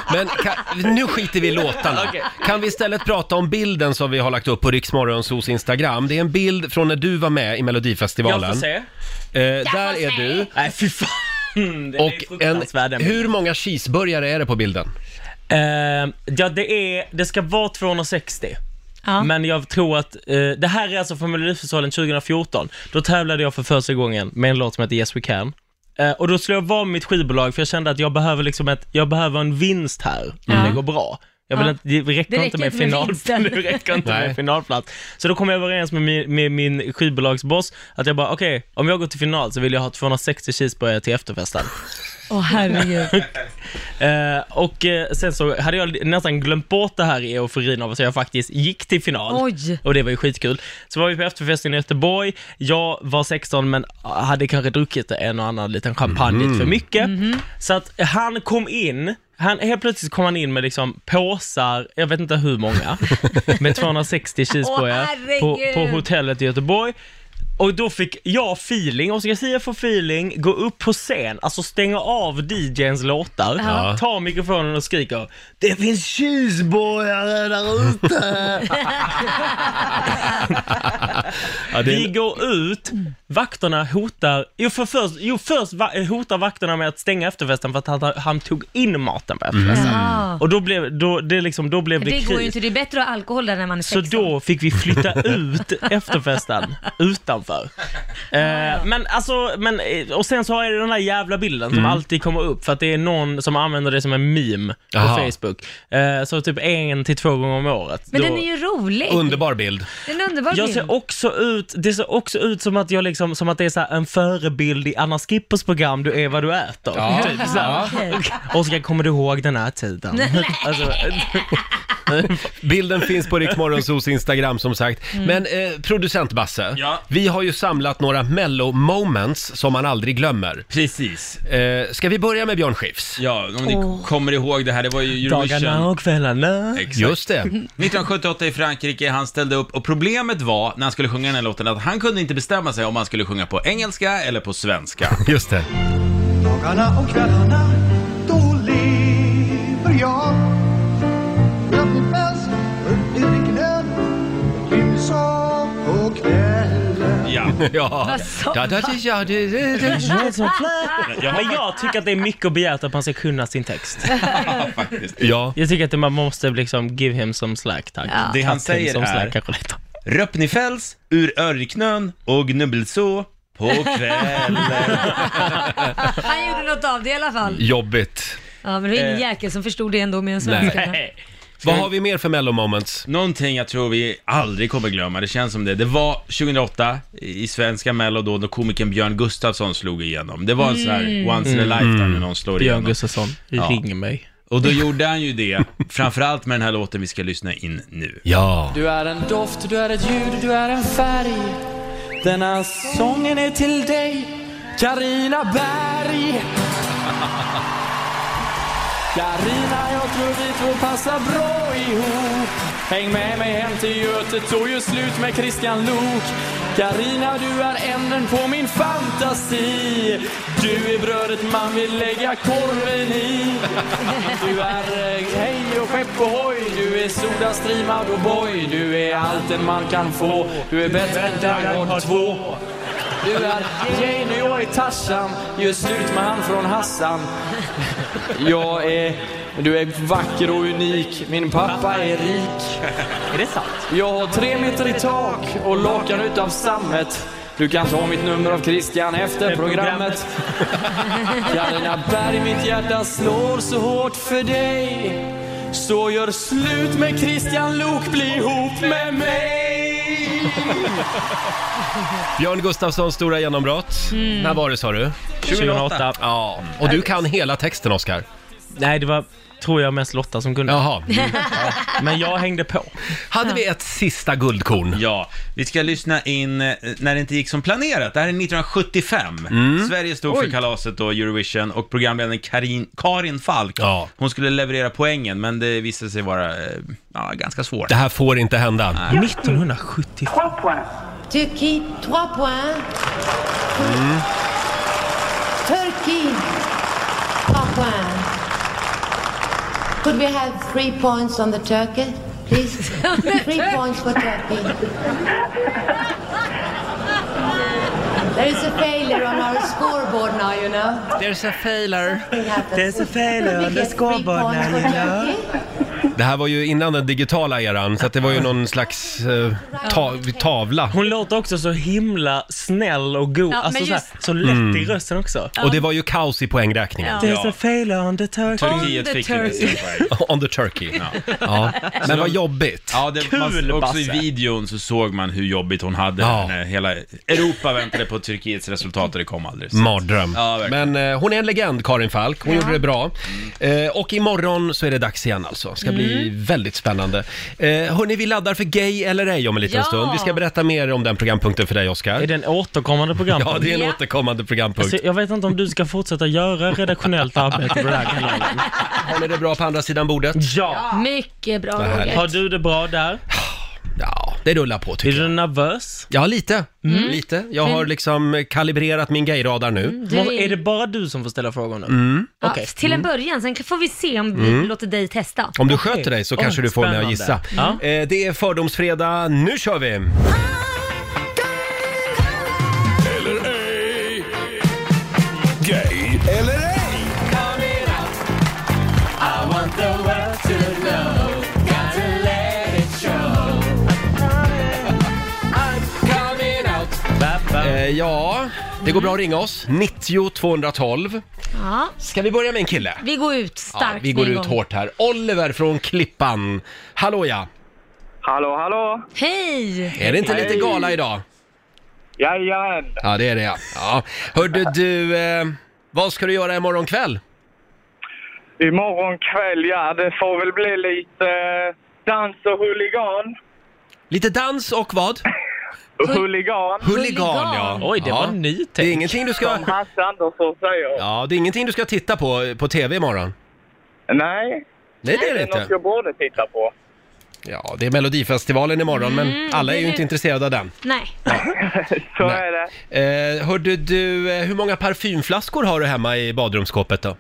Men kan, nu skiter vi i låtarna. Okej. Kan vi istället prata om bilden som vi har lagt upp på Rix Morgonzos Instagram? Det är en bild från när du var med i Melodifestivalen. Jag får se. Eh, där är du. Nej, fy fan. Den är Och en, fruktansvärd, den bilden. hur många cheeseburgare är det på bilden? Eh, ja, det är, det ska vara tvåhundrasextio. Ja. Men jag tror att, eh, det här är alltså från Melodifestivalen tjugo fjorton. Då tävlade jag för första gången med en låt som heter Yes We Can. Eh, och då skulle jag vara mitt skivbolag, för jag kände att jag behöver liksom ett, jag behöver en vinst här om Ja. det går bra. Jag vill Ja. inte, det räcker, Det räcker inte med inte med final, vinsten. det räcker inte Nej. med finalplats. Så då kom jag överens med min, med min skivbolagsboss att jag bara, okej, okay, om jag går till final så vill jag ha tvåhundrasextio cheeseburgare till efterfesten. Åh, herregud. Eh, och eh, sen så hade jag nästan glömt bort det här i euforin av att jag faktiskt gick till final. Oj. Och det var ju skitkul. Så var vi på efterfesten i Göteborg. Jag var sexton men hade kanske druckit en och annan liten champagne lite för mycket. Så att han kom in, han, helt plötsligt kom han in med liksom påsar, jag vet inte hur många, med tvåhundrasextio cheeseburgare Åh, på, herregud. på hotellet i Göteborg. Och då fick jag feeling, och ska jag säga för feeling, gå upp på scen, alltså stänga av D J:ns låtar, Ja. ta mikrofonen och skrika: det finns cheeseburgare där ute! Ja, det är Vi en- går ut, vakterna hotar, jo, för först, jo först va, hotar vakterna med att stänga efterfesten för att han, han tog in maten på efterfesten. Ja. Och då blev, då, det liksom, då blev det, Det kris. går ju inte, det är bättre att ha alkohol där när man är Så sexton. då fick vi flytta ut efterfesten utanför. Eh, men alltså, men, eh, och sen så har jag den här jävla bilden som alltid kommer upp för att det är någon som använder det som en meme på Jaha. Facebook. Eh, så typ en till två gånger om året. Men Då- den är ju rolig. Underbar bild. Det är en underbar Jag bild. ser också ut, det ser också ut som att jag liksom, som att det är så här en förebild i Anna Skippers program Du är vad du äter. Ja. Typ så här. Okej. Oskar, kommer du ihåg den här tiden? Alltså, Bilden finns på Rix Morgonzos Instagram som sagt. Men eh, producent Basse, Ja. vi har ju samlat några mello-moments som man aldrig glömmer. Precis. Eh, ska vi börja med Björn Skifs? Ja, om ni kommer ihåg det här, det var ju dagarna Eurovision. och kvällarna. Exakt. Just det. nittonhundrasjuttioåtta i Frankrike, han ställde upp och problemet var när han skulle sjunga den här låten att han kunde inte bestämma sig om han skulle sjunga på engelska eller på svenska. Just det. Dagarna och kvällarna, då lever jag. Jag blir bäst upp i knän, ljusa på kvällen. Ja. Ja. Vad sa Da, da, da, ja, det, det, det. Ja, men jag tycker att det är mycket begärt att man ska kunna sin text. Faktiskt. Ja. Jag tycker att man måste liksom give him some slack, tack. Ja. Det han Cut him säger some är- slack, kanske lite. Röpnifels ur örknön och gnubbelså på kvällen. Han gjorde något av det i alla fall. Jobbigt. Ja, men det var ingen Eh. jäkel som förstod det ändå med en svenska. Nej. Vad har vi mer för mello-moments? Någonting jag tror vi aldrig kommer glömma, det känns som det. Det var tjugohundraåtta i svenska Mello då, då komikern Björn Gustafsson slog igenom. Det var en sån här once in a lifetime när någon slår Björn igenom. Gustafsson, Ja. ring mig. Och då gjorde han ju det, framförallt med den här låten vi ska lyssna in nu. Ja. Du är en doft, du är ett ljud, du är en färg. Denna sången är till dig, Carina Berg. Carina, jag tror vi två passar bra ihop. Häng med mig hem till Götet och gör slut med Christian Lok. Carina, du är änden på min fantasi. Du är brödet man vill lägga korven i. Du är eh, hej och skepp och hoj. Du är Soda Stream Out och Boy. Du är allt en man kan få. Du är bättre än Dagmar två. Du är Jane och jag är Tarzan. Gör slut med han från Hassan. Jag är... Du är vacker och unik. Min pappa är rik. Är det sant? Jag har tre meter i tak och lakan utav sammet. Du kan ta mitt nummer av Christian efter programmet. Carina Berg, mitt hjärta slår så hårt för dig. Så gör slut med Christian Lok, bli ihop med mig. Björn Gustafssons stora genombrott. När var det, sa du? tjugohundraåtta. Ja. Och du kan hela texten, Oscar. Nej, det var, tror jag, mest Lotta som kunde. Jaha. Men jag hängde på. Hade vi ett sista guldkorn? Ja, vi ska lyssna in eh, när det inte gick som planerat. Det här är nittonhundrasjuttiofem. Sverige stod för kalaset då, Eurovision, och programledaren Karin, Karin Falk. Ja. Hon skulle leverera poängen, men det visade sig vara eh, ja, ganska svårt. Det här får inte hända. nittonhundrasjuttiofem. Turquie, trois points. Turquie, trois points. Could we have three points on the turkey, please? Three points for turkey. There is a failure on our scoreboard now, you know. There's a failure. There's a failure on the scoreboard now, you know. Det här var ju innan den digitala eran, så att det var ju någon slags eh, ta- tavla. Hon låter också så himla snäll och god, Ja, alltså men så, här, just- så lätt Mm. i rösten också. Och det var ju kaos i poängräkningen. Ja. There's a failure on the turkey. Turkiet On the fick ju turkey. det. On the turkey. Ja. Ja. Men vad jobbigt. Ja, det, Kul, man, också i Basse. videon så såg man hur jobbigt hon hade Ja. när hela Europa väntade på Turkiets resultat och det kom aldrig. Så- Mardröm. Ja, verkligen. Men eh, hon är en legend, Karin Falk. Hon gjorde det bra. Eh, och imorgon så är det dags igen alltså. Ska bli väldigt spännande. Eh, hörni, vi laddar för Gay eller ej om en liten Ja. stund. Vi ska berätta mer om den programpunkten för dig, Oskar. Är det en återkommande programpunkt? Ja, det är en Ja. återkommande programpunkt. Alltså, jag vet inte om du ska fortsätta göra redaktionellt arbete på den här kanalen. Har ni det bra på andra sidan bordet? Ja! Mycket bra, Vad härligt. Roger. Har du det bra där? Ja, det rullar på Är tycker du jag. nervös? Ja, lite. Lite. Jag har liksom kalibrerat min gayradar nu. Du Vad- Är det bara du som får ställa frågor nu? Mm. Ja, Okej. till en början, sen får vi se om vi låter dig testa. Om du Okej. sköter dig så Oj, kanske du får mig att gissa. spännande. Eh, det är Fördomsfredag, nu kör vi! Eller ej. Gay eller ej. Eh, ja, det går bra att ringa oss. nittio tvåhundratolv. Ja, Ska vi börja med en kille? vi går ut Ja, starkt vi går med en ut gång. hårt här. Oliver från Klippan. Hallå ja! Hallå, hallå! Hej! Är det inte lite Hej. gala idag? Jajamän! Ja, det är det ja. ja. Hörde du, eh, vad ska du göra imorgon kväll? Imorgon kväll, ja, det får väl bli lite eh, dans och huligan. Lite dans och vad? Huligan, Huligan, ja. Oj, det ja. var nytt. Det är ingenting du ska... som Hasse Andersson säger. Ja, det är ingenting du ska titta på på tv imorgon. Nej, Nej, det är det det är något inte. jag borde titta på. Ja, det är Melodifestivalen imorgon, men alla är ju det- inte intresserade av den. Nej. Så Nej. är det. Eh, hörde du, eh, hur många parfymflaskor har du hemma i badrumsskåpet då?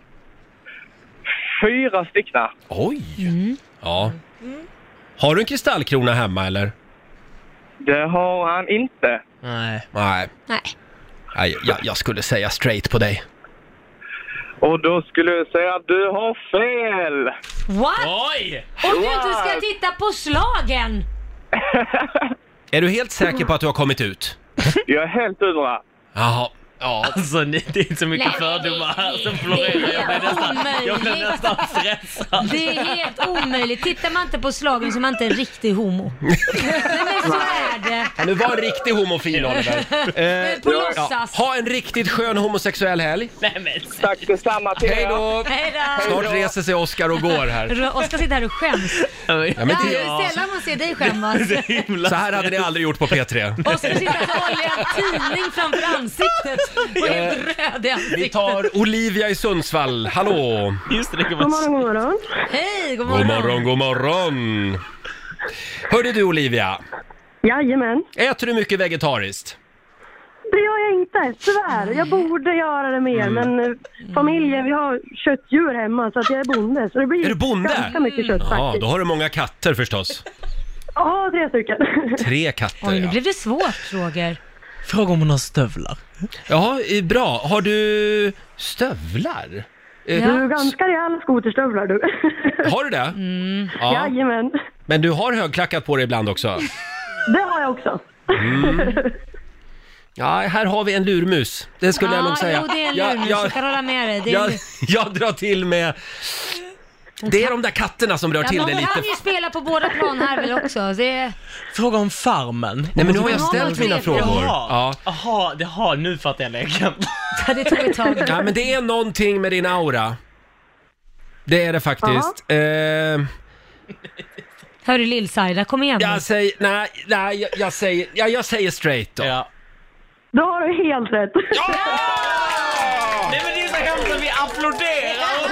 Fyra stycken. Oj! Ja. Har du en kristallkrona hemma eller? Det har han inte. Nej. Nej. Nej. Nej, jag, jag skulle säga straight på dig. Och då skulle jag säga att du har fel. What? Oj! Om du inte ska titta på slagen. Är du helt säker på att du har kommit ut? Jag är helt undra. Jaha. Ja. Alltså det det är inte så mycket Nej, fördomar här som det är florerar. Jag blir nästan, jag blir omöjligt. nästan stressad. Det är helt omöjligt. Tittar man inte på slagen så är man inte en riktig homo. Nej men så är det. Ja, nu var en riktig homofil, Oliver. Eh, På ja, låtsas. ha en riktigt skön homosexuell helg. Nej men Tack detsamma till Hej er. då! Hej då. Snart reser sig Oskar och går här. Oskar sitter här och skäms. Ja, men Ja, det, det är sällan man ser dig skämmas. så här hade ni aldrig gjort på P tre. Oskar sitter och håller en tidning framför ansiktet och är helt röd i Vi ansiktet. tar Olivia i Sundsvall. Hallå! just det, det kan God vara... morgon, god morgon. Hej, god morgon. God morgon, god morgon! Hörde du Olivia, Jajamän. äter du mycket vegetariskt? Det gör jag inte, tyvärr. Jag borde göra det mer, men eh, familjen, vi har köttdjur hemma så att jag är bonde. Så det blir Är du bonde? ganska mycket kött Ja, faktiskt. då har du många katter förstås. Ja, tre stycken. Tre katter, Oj, nu ja. blev det svårt, Roger. Fråga om hon har stövlar. Ja, eh, bra. Har du stövlar? Eh, Ja. Du är ganska rejäla skoterstövlar du. Har du det? Mm. Ja. Jajamän. Men du har högklackat på dig ibland också? Det har jag också. Ja, här har vi en lurmus. Det skulle jag nog säga. Jo, det är en Jag- lurmus. jag- Jag kan hålla med dig. Det är Jag, en... jag drar till med... Det är de där katterna som rör Ja, till men det hon lite. kan ju spela på båda plan här väl också. Det är... Fråga om Farmen. Nej, men nu har jag Men har ställt man mina tre frågor? frågor. Jaha, Ja. Jaha, det har, nu fattar jag leken. Ja, det tog ett tag. Ja, men det är någonting med din aura. Det är det faktiskt. Eh, Hörru Lill-Saida, kom igen nu. jag säger... Nej, nej jag, jag säger... Ja, jag säger straight då. Ja. Då har du helt rätt. Ja! Nej men det är så så hemskt att vi applåderar.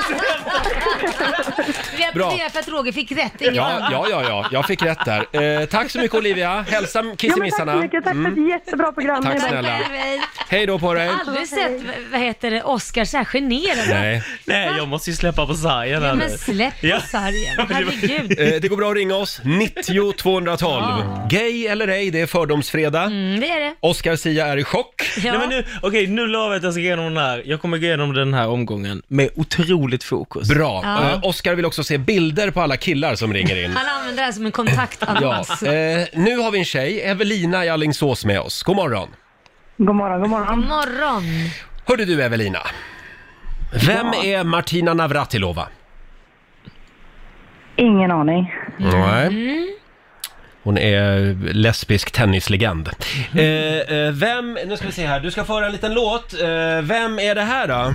Vi applåderar för att Roger fick rätt. Ingen Ja, annan. ja, ja, ja, jag fick rätt där. Eh, tack så mycket Olivia. Hälsa kissemissarna. Ja, tack så mycket. Tack för ett jättebra program. Tack snälla. Hej då på dig. Jag har aldrig sett, vad heter det, Oscar så här generad. Nej. Nej, jag måste ju släppa på sargen. Ja, här men nu. släpp på Ja. sargen. Herregud. Eh, det går bra att ringa oss. nittio tvåhundratolv. Gay eller ej, det är fördomsfredag. Mm, det är det. Oscar Sia är i chock. Ja. Nej, men nu, okej, nu lovar jag att jag ska gå igenom den här. Jag kommer gå igenom den här omgången med otroligt fokus. Bra. Ja. Eh, Oscar vill också se bilder på alla killar som ringer in. Han använder det här som en Ja. kontaktannons. Eh, nu har vi en tjej, Evelina i Alingsås med oss. God morgon. God morgon, god morgon. God morgon. Hörde du Evelina, vem Ja. är Martina Navratilova? Ingen aning. Nej. Mm. Hon är lesbisk tennislegend. Eh, eh, vem, nu ska vi se här, du ska få höra en liten låt. Eh, vem är det här då?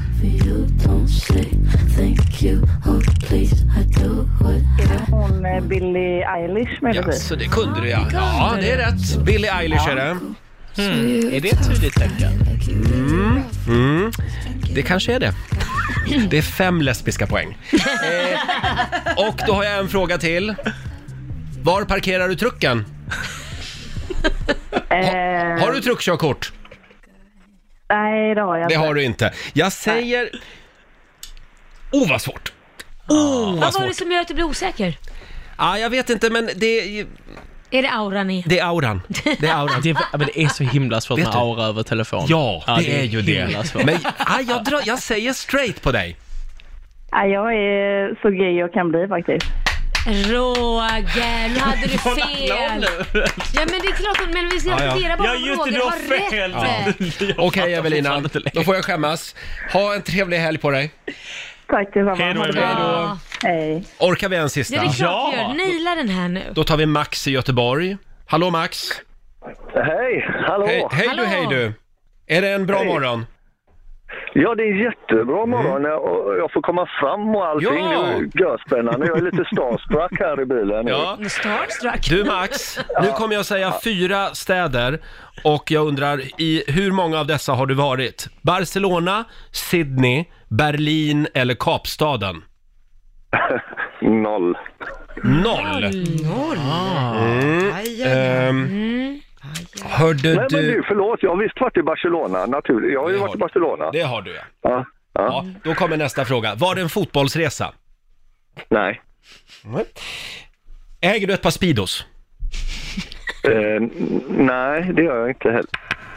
Hon är Billie Eilish Ja, möjligtvis. så det kunde du ja. Ja, det är rätt. Billie Eilish är det. Mm. Är det ett tydligt tecken? Mm. Mm. Det kanske är det. Det är fem lesbiska poäng. Eh, och då har jag en fråga till. Var parkerar du trucken? Eh, Har du truckkörkort? nej, det har jag Det inte. har du inte. Jag säger... Oh, vad svårt. Oh, vad Vad var det svårt. som gör att du blir osäker? Ah, jag vet inte, men det, Är det auran igen? det är auran. Det är auran. Det, men det är så himla svårt Vet med du? aura över telefon. Ja, det, är ju himla det. svårt. Men ah, jag, drar, jag säger straight på dig. Nej, jag är så gay jag kan bli faktiskt. Roger, nu hade du fel. Ja, men det är klart, men vi ska Ja, ja. fundera bara Ja, om just det, Roger du har har fel. rätt. Ja. Okej Evelina, då får jag skämmas. Ha en trevlig helg på dig. Tack detsamma. Hej då, Ha det bra. Ja, Hej. Orkar vi en det är sista? det klart Ja. vi gör. Naila den här nu. Då tar vi Max i Göteborg. Hallå Max. Hej, hallå. Hej, hej du, Hallå. hej du. Är det en bra Hej. morgon? Ja, det är en jättebra morgon och jag får komma fram och allting. Ja. Det är görspännande. Jag är lite starstruck här i bilen nu. Ja. Starstruck. Du Max, nu kommer jag säga fyra städer och jag undrar i hur många av dessa har du varit? Barcelona, Sydney, Berlin eller Kapstaden? Noll. Noll. Noll. Mm. Aj, aj, aj. Ehm, Mm. hörde Nej, men du... du, förlåt. Jag har visst varit i Barcelona, naturligt. Jag har ju Det varit har i du. Barcelona. Det har du ja. Ja, ja. Ja, då kommer nästa fråga. Var det en fotbollsresa? Nej. Nej. Äger du ett par Speedos? Eh, n- nej, det gör jag inte heller.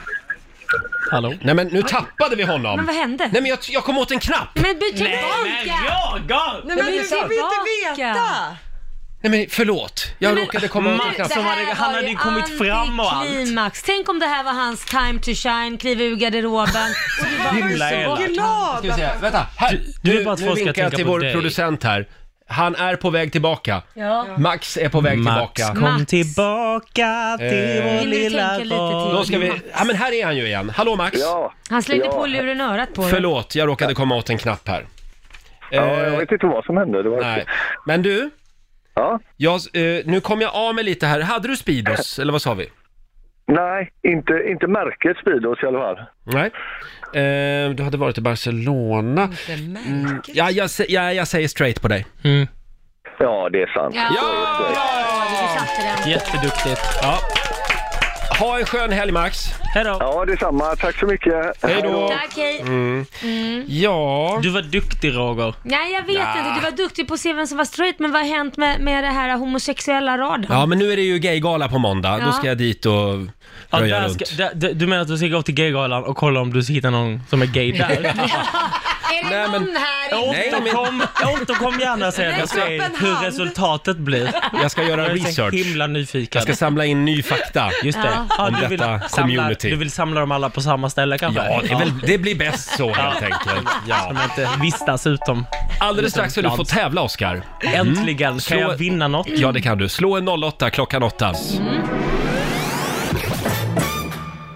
Hallå? Nej men nu tappade vi honom. Men vad hände? Nej men jag, jag kom åt en knapp. Men byt tillbaka! jag gav! Nej, men vi vi är vill inte tillbaka. veta! Nej men förlåt. Jag Nej, men- råkade komma åt en Max, knapp. som hade- han hade ju kommit fram och allt. Antiklimax. Tänk om det här var hans time to shine, kliva ur garderoben. Och du bara, Himla så elak. bort han. Glad! Ska vi se, vänta, här. Du- du vill nu, bara att nu folk ska vinkar jag tänka till på vår dig. producent här. Han är på väg tillbaka. Ja. Max är på väg Max, tillbaka. kom Max. tillbaka till Eh, vår Vill du lilla tänka lite rad. till? Då ska vi... Ja men här är han ju igen. Hallå Max. Ja. Han slängde ja. på luren i örat på dig. Förlåt, jag råkade komma åt en knapp här. Ja, Eh, jag vet inte vad som hände. Det var nej. Men du, Ja. jag, eh, nu kom jag av mig lite här. Hade du Speedos, eller vad sa vi? Nej, inte, inte märket Speedos i alla fall. Nej. Eh, du hade varit i Barcelona. Mm, ja, jag, sä- ja, jag säger straight på dig. Mm. Ja, det är sant. Ja, Ja! bra, du satte den. Jätteduktigt. Ja. Ha en skön helg Max. Hej då. Ja, detsamma. Tack så mycket. Hej då. Tack, hej. Mm. Mm. Ja. Du var duktig Roger. Nej, jag vet Ja. inte. Du var duktig på att se vem som var straight, men vad har hänt med, med det här homosexuella raden? Ja, men nu är det ju gaygala på måndag. Ja. Då ska jag dit och Ja, röja där runt. ska, där, där, du menar att du ska gå till gaygalan och kolla om du hittar någon som är gay där? Är det Nej, men- någon här Nej, inne? men- Återkom, återkom gärna sen och Räck se upp en hur hand. resultatet blir. Jag ska göra Jag är så research. himla nyfiken. Jag ska samla in ny fakta. Just det. Ja. Ja, Om du, vill detta samla, community. du vill samla dem alla på samma ställe kanske? Ja, det, är väl, det blir bäst så helt enkelt. Som Ja. inte vistas utom. Alldeles strax ska du få tävla, Oscar. Äntligen, kan Slå- jag vinna något? Ja, det kan du. Slå en noll åtta klockan åtta.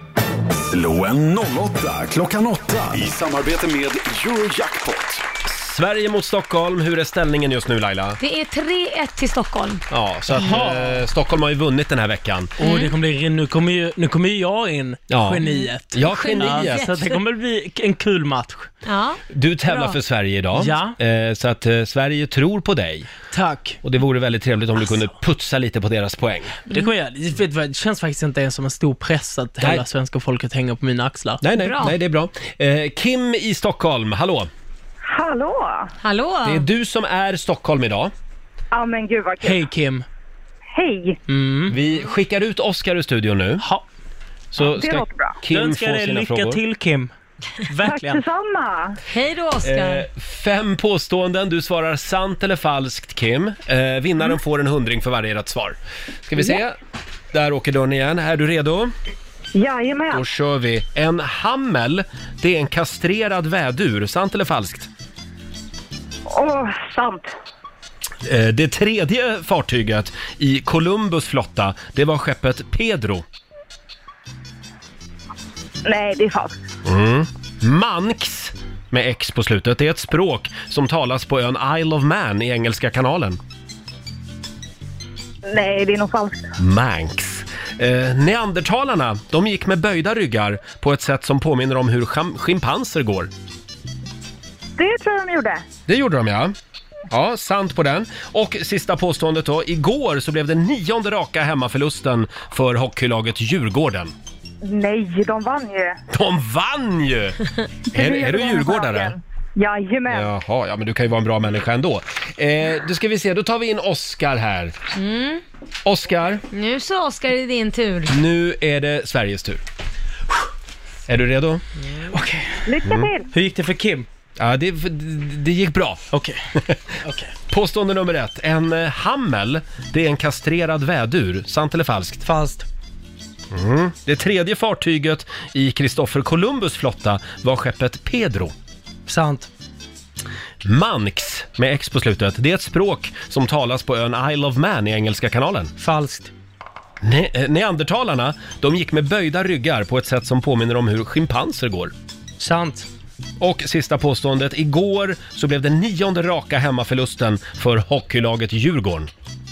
Slå en noll åtta klockan åtta i samarbete med Eurojackpot. Sverige mot Stockholm. Hur är ställningen just nu, Laila? Det är tre ett till Stockholm. Ja, så att eh, Stockholm har ju vunnit den här veckan. Mm. Och det kommer bli, nu, kommer ju, nu kommer ju jag in, Ja. geniet. Ja, geniet. Ja, så att det kommer bli en kul match. Ja. Du tävlar Bra. för Sverige idag. Ja. Eh, så att eh, Sverige tror på dig. Tack. Och det vore väldigt trevligt om du kunde putsa lite på deras poäng. Det kommer jag. Vet du vad, det känns faktiskt inte ens som en stor press att Nej. hela svenska folket hänger på mina axlar. Nej, nej, Bra. nej, det är bra. Eh, Kim i Stockholm, hallå. Hallå! Hallå? Det är du som är Stockholm idag. Ja men gud vad kul. Hej Kim. Hej! Mm. Vi skickar ut Oscar ur studion nu. Ha. Så det ska låter bra. Jag Kim få önskar dig sina lycka frågor. till Kim. Tack Verkligen. detsamma! Hej då, Oskar. Eh, fem påståenden, du svarar sant eller falskt, Kim. Eh, vinnaren Mm. får en hundring för varje rätt svar. Ska vi se? Där åker dörren igen. Är du redo? Jajamän. Då kör vi. En hammel, det är en kastrerad vädur. Sant eller falskt? Åh, sant. Eh, det tredje fartyget i Columbus flotta, det var skeppet Pedro. Nej, det är falskt. Mm. Manx, med X på slutet, det är ett språk som talas på ön Isle of Man i Engelska kanalen. Nej, det är nog falskt. Manx. Eh, neandertalarna, de gick med böjda ryggar på ett sätt som påminner om hur schim- schimpanser går. Det tror jag de gjorde. Det gjorde de, ja. Ja, sant på den. Och sista påståendet då. Igår så blev det nionde raka hemmaförlusten för hockeylaget Djurgården. Nej, de vann ju. De vann ju! är, är du djurgårdare? Jajamän. Jaha, ja men du kan ju vara en bra människa ändå. Eh, då ska vi se, då tar vi in Oscar här. Mm. Oscar, Nu så Oskar, är det din tur. nu är det Sveriges tur. Är du redo? Okej. Lycka till! Hur gick det för Kim? Ja, det, det gick bra. Okej. Okej. Påstående nummer ett. En eh, hammel, det är en kastrerad vädur. Sant eller falskt? Falskt. Mm. Det tredje fartyget i Christopher Columbus flotta var skeppet Pedro. Sant. Manx, med X på slutet, det är ett språk som talas på ön Isle of Man i Engelska kanalen. Falskt. Ne- eh, neandertalarna, de gick med böjda ryggar på ett sätt som påminner om hur schimpanser går. Sant. Och sista påståendet, igår så blev det nionde raka hemmaförlusten för hockeylaget Djurgården.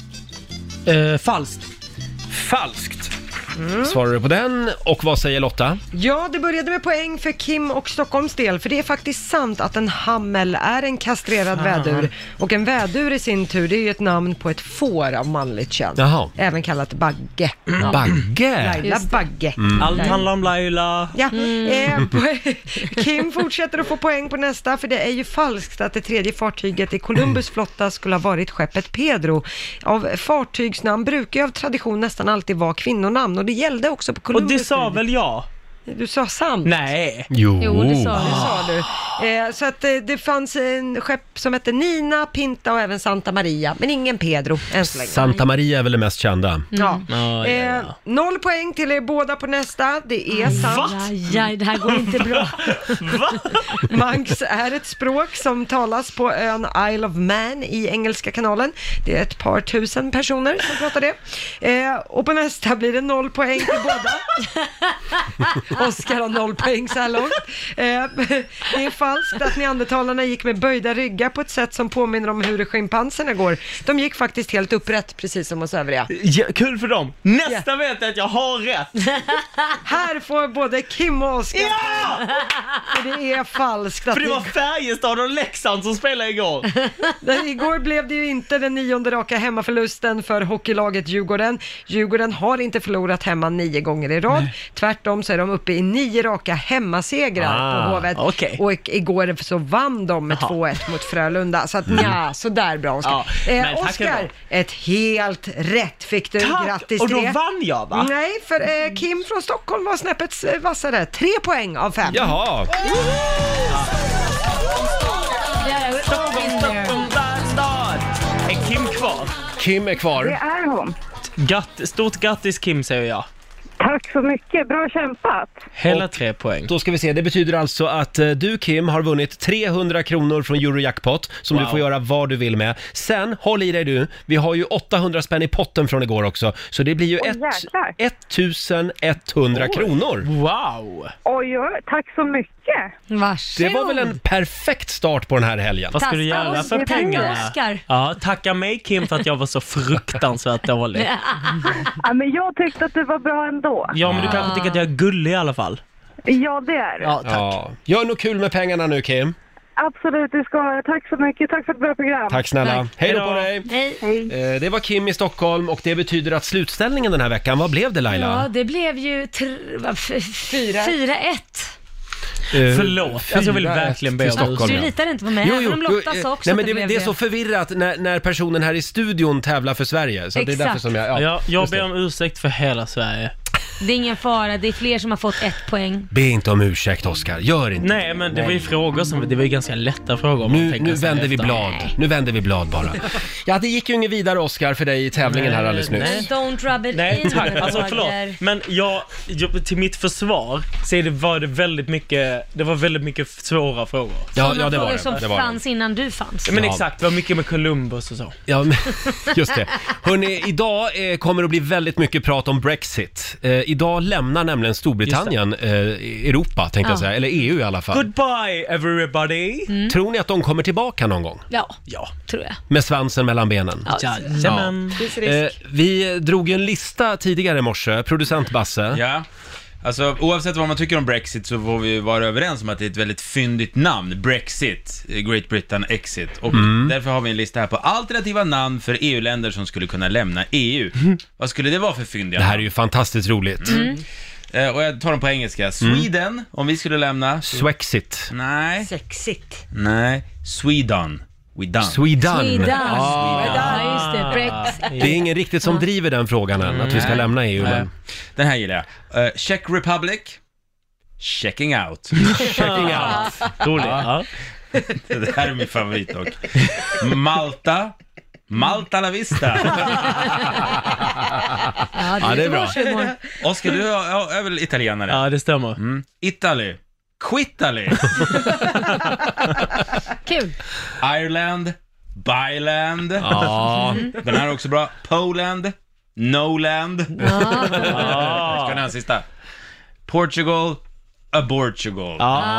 Eh, falskt. Falskt. Svarar du på den? Och vad säger Lotta? Ja, det började med poäng för Kim och Stockholms del, för det är faktiskt sant att en hammel är en kastrerad Fan. vädur. Och en vädur i sin tur, det är ju ett namn på ett får av manligt kön. Jaha. Även kallat bagge. Ja. Bagge? Laila Just det. Bagge. Allt handlar om Laila. Ja, eh, po- Kim fortsätter att få poäng på nästa, för det är ju falskt att det tredje fartyget i Columbus flotta skulle ha varit skeppet Pedro. Av fartygsnamn brukar ju av tradition nästan alltid vara kvinnonamn, och det gällde också på Och Columbus. det sa väl jag? Du sa sant. Nej. Jo. Jo, det sa Det du. sa du. Eh, så att eh, det fanns en skepp som hette Nina, Pinta och även Santa Maria, men ingen Pedro än så länge. Santa Maria är väl det mest kända. Ja. Ja, ja, Eh, ja. noll poäng till er båda på nästa. Det är sant. Aj, aj, det här går inte bra. Manx är ett språk som talas på ön Isle of Man i Engelska kanalen. Det är ett par tusen personer som pratar det. Eh, och på nästa blir det noll poäng till båda. Oskar har noll poäng så här långt. Eh, det är falskt att neandertalarna gick med böjda ryggar på ett sätt som påminner om hur schimpanserna går. De gick faktiskt helt upprätt, precis som oss övriga. Ja, kul för dem. Nästa vet jag att jag har rätt. Här får både Kim och Oskar. Ja! För det är falskt. Att För det var ni- Färjestad och Leksand som spelade igår. Men igår blev det ju inte den nionde raka hemmaförlusten för hockeylaget Djurgården. Djurgården har inte förlorat hemma nio gånger i rad. Tvärtom så är de uppe i nio raka hemmasegrar Ah, på Hovet. okej. Och i- igår så vann de med Jaha. två ett mot Frölunda. Så att nja, så där bra Oskar. Ja, men eh, tack Oskar, ändå. ett helt rätt fick du. Tack! Grattis Och till då det. vann jag, va? Nej, för eh, Kim från Stockholm var snäppet eh, vassare. Tre poäng av fem. Jaha. Stockholm, Stockholm, världsstad. Är Kim kvar? Kim är Det kvar. är hon. Gatt, stort grattis Kim, säger jag. Tack så mycket, bra kämpat. Hela tre poäng. Då ska vi se, det betyder alltså att eh, du Kim har vunnit trehundra kronor från Eurojackpot som Wow. du får göra vad du vill med. Sen, håll i dig du, vi har ju åttahundra spänn i potten från igår också, så det blir ju Oj, ett, jäklar. tusen etthundra kronor. Wow! Oj, oj, tack så mycket. Varsågod. Det var väl en perfekt start på den här helgen. Vad ska du Tasta göra oss, för vi tackar pengarna? Oscar. Ja, tacka mig Kim för att jag var så fruktansvärt dålig. Ja, men jag tyckte att det var bra ändå. Ja, men du kanske tycker att jag är gullig i alla fall. Ja, det är det. Ja, tack. Ja. Gör nog kul med pengarna nu Kim. Absolut, det ska jag. Tack så mycket. Tack för ett bra program. Tack snälla. Tack. Hej då Hej på då. dig. Hej. Hej. Eh, Det var Kim i Stockholm och det betyder att slutställningen den här veckan, vad blev det Laila? Ja, det blev ju tr- va, f- fyra ett. Eh, Förlåt, alltså jag vill fyra ett verkligen be till om Stockholm, ursäkt. Du ja. litar inte på mig, även om Lotta eh, sa också nej, att men det det, blev det är det. så förvirrat när, när personen här i studion tävlar för Sverige. Så det är Exakt. därför som jag... Ja, Ja, jag just det. ber om ursäkt för hela Sverige. Det är ingen fara, det är fler som har fått ett poäng. Be inte om ursäkt Oscar, gör inte Nej, det. men det var ju frågor som, det var ju ganska lätta frågor om man Nu, tänker nu sig vänder vi efter. blad. Nu vänder vi blad bara. Ja, det gick ju inget vidare Oscar för dig i tävlingen här Nej, alldeles nyss. nej. Don't rub it Nej in, tack, alltså Roger. förlåt. Men jag, jag, till mitt försvar så är det, var det väldigt mycket, det var väldigt mycket svåra frågor. Ja, Sådana ja det var frågor det. som det, var det. fanns innan du fanns. Men Ja. exakt, det var mycket med Columbus och så. Ja, men, just det. Hörrni, idag eh, kommer det att bli väldigt mycket prat om Brexit. Eh, idag lämnar nämligen Storbritannien eh, Europa, tänkte jag Ja. säga. Eller E U i alla fall. Goodbye everybody! Mm. Tror ni att de kommer tillbaka någon gång? Ja, Ja. tror jag. Med svansen mellan benen? Ja. Jajamän. Finns Eh, risk. vi drog ju en lista tidigare i morse, producent Basse. Ja, alltså oavsett vad man tycker om Brexit så får vi vara överens om att det är ett väldigt fyndigt namn. Brexit, Great Britain Exit. Och därför har vi en lista här på alternativa namn för E U-länder som skulle kunna lämna E U. Vad skulle det vara för fyndiga Det här är namn? ju fantastiskt roligt. Eh, och jag tar dem på engelska. Sweden, om vi skulle lämna. Swexit. Nej, Sexigt. nej. Sweden. We done. Sweden. Sweden. Ah. Ja, just det. Brexit. Det är ingen riktigt som driver den frågan än, att vi ska Nej. lämna E U. Nej. Men... Den här gillar jag. Uh, Czech Republic. Checking out. Checking out. Roligt. Ja. Det här är min favorit dock. Malta. Malta la vista. Ja, Ja, det är bra. humor. Oskar, du är, är väl italienare? Ja, det stämmer. Mm. Italy. Quittaly. Kul. Ireland. Byland. Ja. Den här är också bra. Poland. Noland. Ja. Ska ni ha en sista? Portugal. Abortugal.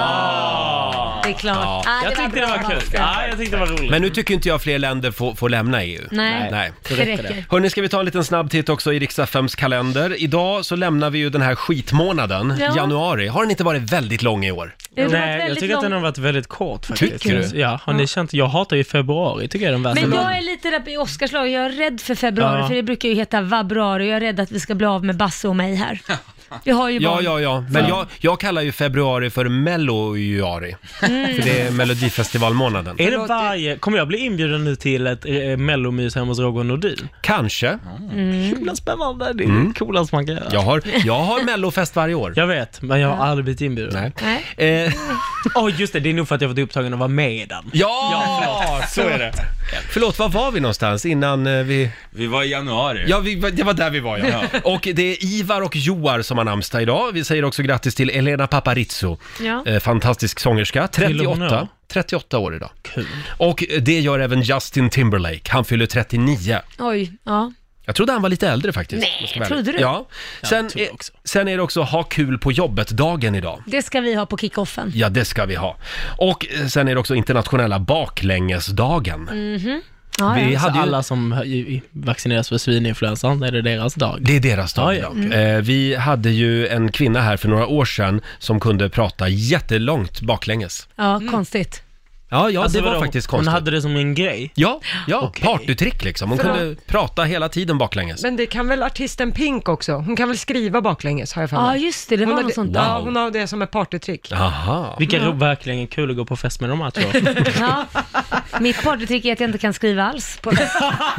Ah. Det är klart. Ja. Ah, Jag det tyckte det bra, var kul. Oscar. Ja, jag tyckte det var roligt. Men nu tycker inte jag fler länder får, får lämna E U. Nej, Nej. det räcker. Hörrni, ska vi ta en liten snabb titt också i Rix F M:s kalender. Idag så lämnar vi ju den här skitmånaden, Ja. januari. Har den inte varit väldigt lång i år? Det har varit Nej, jag väldigt tycker att den lång- har varit väldigt kort faktiskt. Tycker du? Ja, har ni känt? Jag hatar ju februari, tycker jag är den värsta. Men jag är lite där i Oscars lag. Jag är rädd för februari, Ja. för det brukar ju heta vabruari. Jag är rädd att vi ska bli av med Basse och mig här. Vi har ju Ja, barn. ja, ja. Men jag, jag kallar ju februari för mellojuari. För det är melodifestivalmånaden. Är det varje... Kommer jag bli inbjuden nu till ett eh, mellomys hemma hos Roger Nordin? Kanske. Himla spännande, det är Mm. det coolaste man kan göra. Jag har, jag har mellofest varje år. Jag vet, men jag har aldrig blivit inbjuden. Nej. Nej. Eh, Åh just det, det är nog för att jag varit upptagen att vara med i den. ja, så är det. Förlåt, var var vi någonstans innan eh, vi... Vi var i januari. Ja, vi, det var där vi var, ja. Och det är Ivar och Joar som har namnsdag idag. Vi säger också grattis till Elena Paparizou. Ja. Eh, fantastisk sångerska. Fyller hon trettioåtta. år? trettioåtta år idag. Kul. Och det gör även Justin Timberlake. Han fyller trettionio. Oj, ja. Jag trodde han var lite äldre faktiskt. Nej, måste jag vara trodde ärlig. du? Ja. Sen, tror jag är, också. sen är det också ha kul på jobbet-dagen idag. Det ska vi ha på kickoffen. Ja, det ska vi ha. Och eh, sen är det också internationella baklängesdagen. Mhm. Ja, Vi ja. Så hade ju... alla som i- vaccineras för svininfluensan, är det deras dag? Det är deras dag Ja, ja. idag. Eh, vi hade ju en kvinna här för några år sedan som kunde prata jättelångt baklänges. Ja, konstigt. Ja, ja Alltså, det var vadå? faktiskt Hon konstigt. hade det som en grej? Ja, ja Okej. partytrick liksom. Hon För kunde prata hela tiden baklänges. Men det kan väl artisten Pink också? Hon kan väl skriva baklänges, har jag för mig. Ja, just det. Det Hon var har något det- sånt där. Ja, hon har det som ett partytrick. Aha. Vilka ro verkligen kul att gå på fest med de här två. Ja. Mitt partytrick är att jag inte kan skriva alls på det.